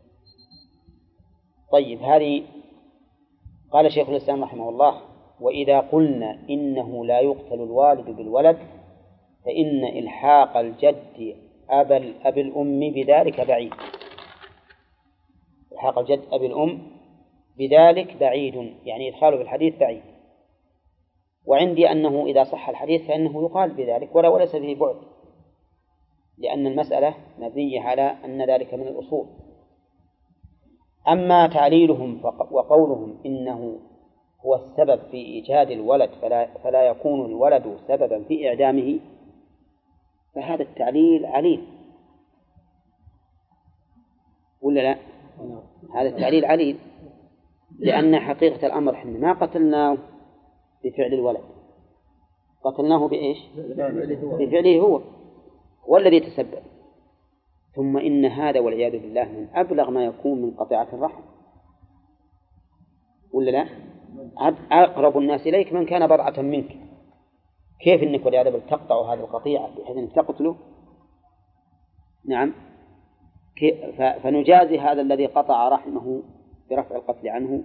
طيب، هذه قال شيخ الإسلام رحمه الله: وإذا قلنا إنه لا يقتل الوالد بالولد فإن إلحاق الجد أبي الأم بذلك بعيد. إلحاق الجد أبي الأم بذلك بعيد، يعني إدخاله في الحديث بعيد. وعندي أنه إذا صح الحديث فإنه يقال بذلك وليس فيه بعد، لأن المسألة مبنية على أن ذلك من الأصول. أما تعليلهم وقولهم إنه هو السبب في إيجاد الولد فلا يكون الولد سببا في إعدامه، فهذا التعليل عليل، ولا لا؟ هذا التعليل عليل، لأن حقيقة الأمر إحنا ما قتلناه بفعل الولد، قتلناه بإيش؟ بفعله هو والذي تسبب. ثم إن هذا والعياذ بالله من أبلغ ما يكون من قطيعة الرحم، ولا لا؟ أقرب الناس إليك من كان بضعة منك، كيف إنك والعياذ بالله تقطع هذه القطيعة بحيث أنك تقتله؟ نعم. فنجازي هذا الذي قطع رحمه برفع القتل عنه.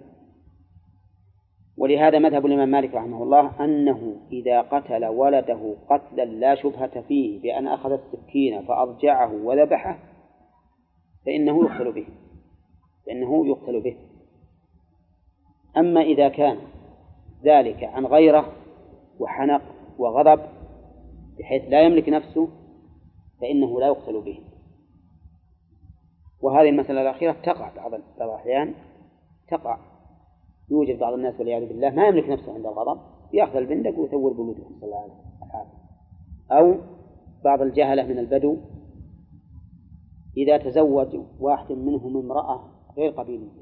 ولهذا مذهب الإمام مالك رحمه الله أنه إذا قتل ولده قتلا لا شبهة فيه بأن أخذ السكين فأضجعه وذبحه فإنه يقتل به. أما إذا كان ذلك عن غيره وحنق وغضب بحيث لا يملك نفسه فإنه لا يقتل به. وهذه المسألة الأخيرة تقع بعض الأحيان، يوجد بعض الناس والعياذ بالله ما يملك نفسه عند الغضب، يأخذ البندق ويثور بلوده صلى الله عليه وسلم. أو بعض الجهلة من البدو إذا تزوج واحد منهم امرأة غير قبيلية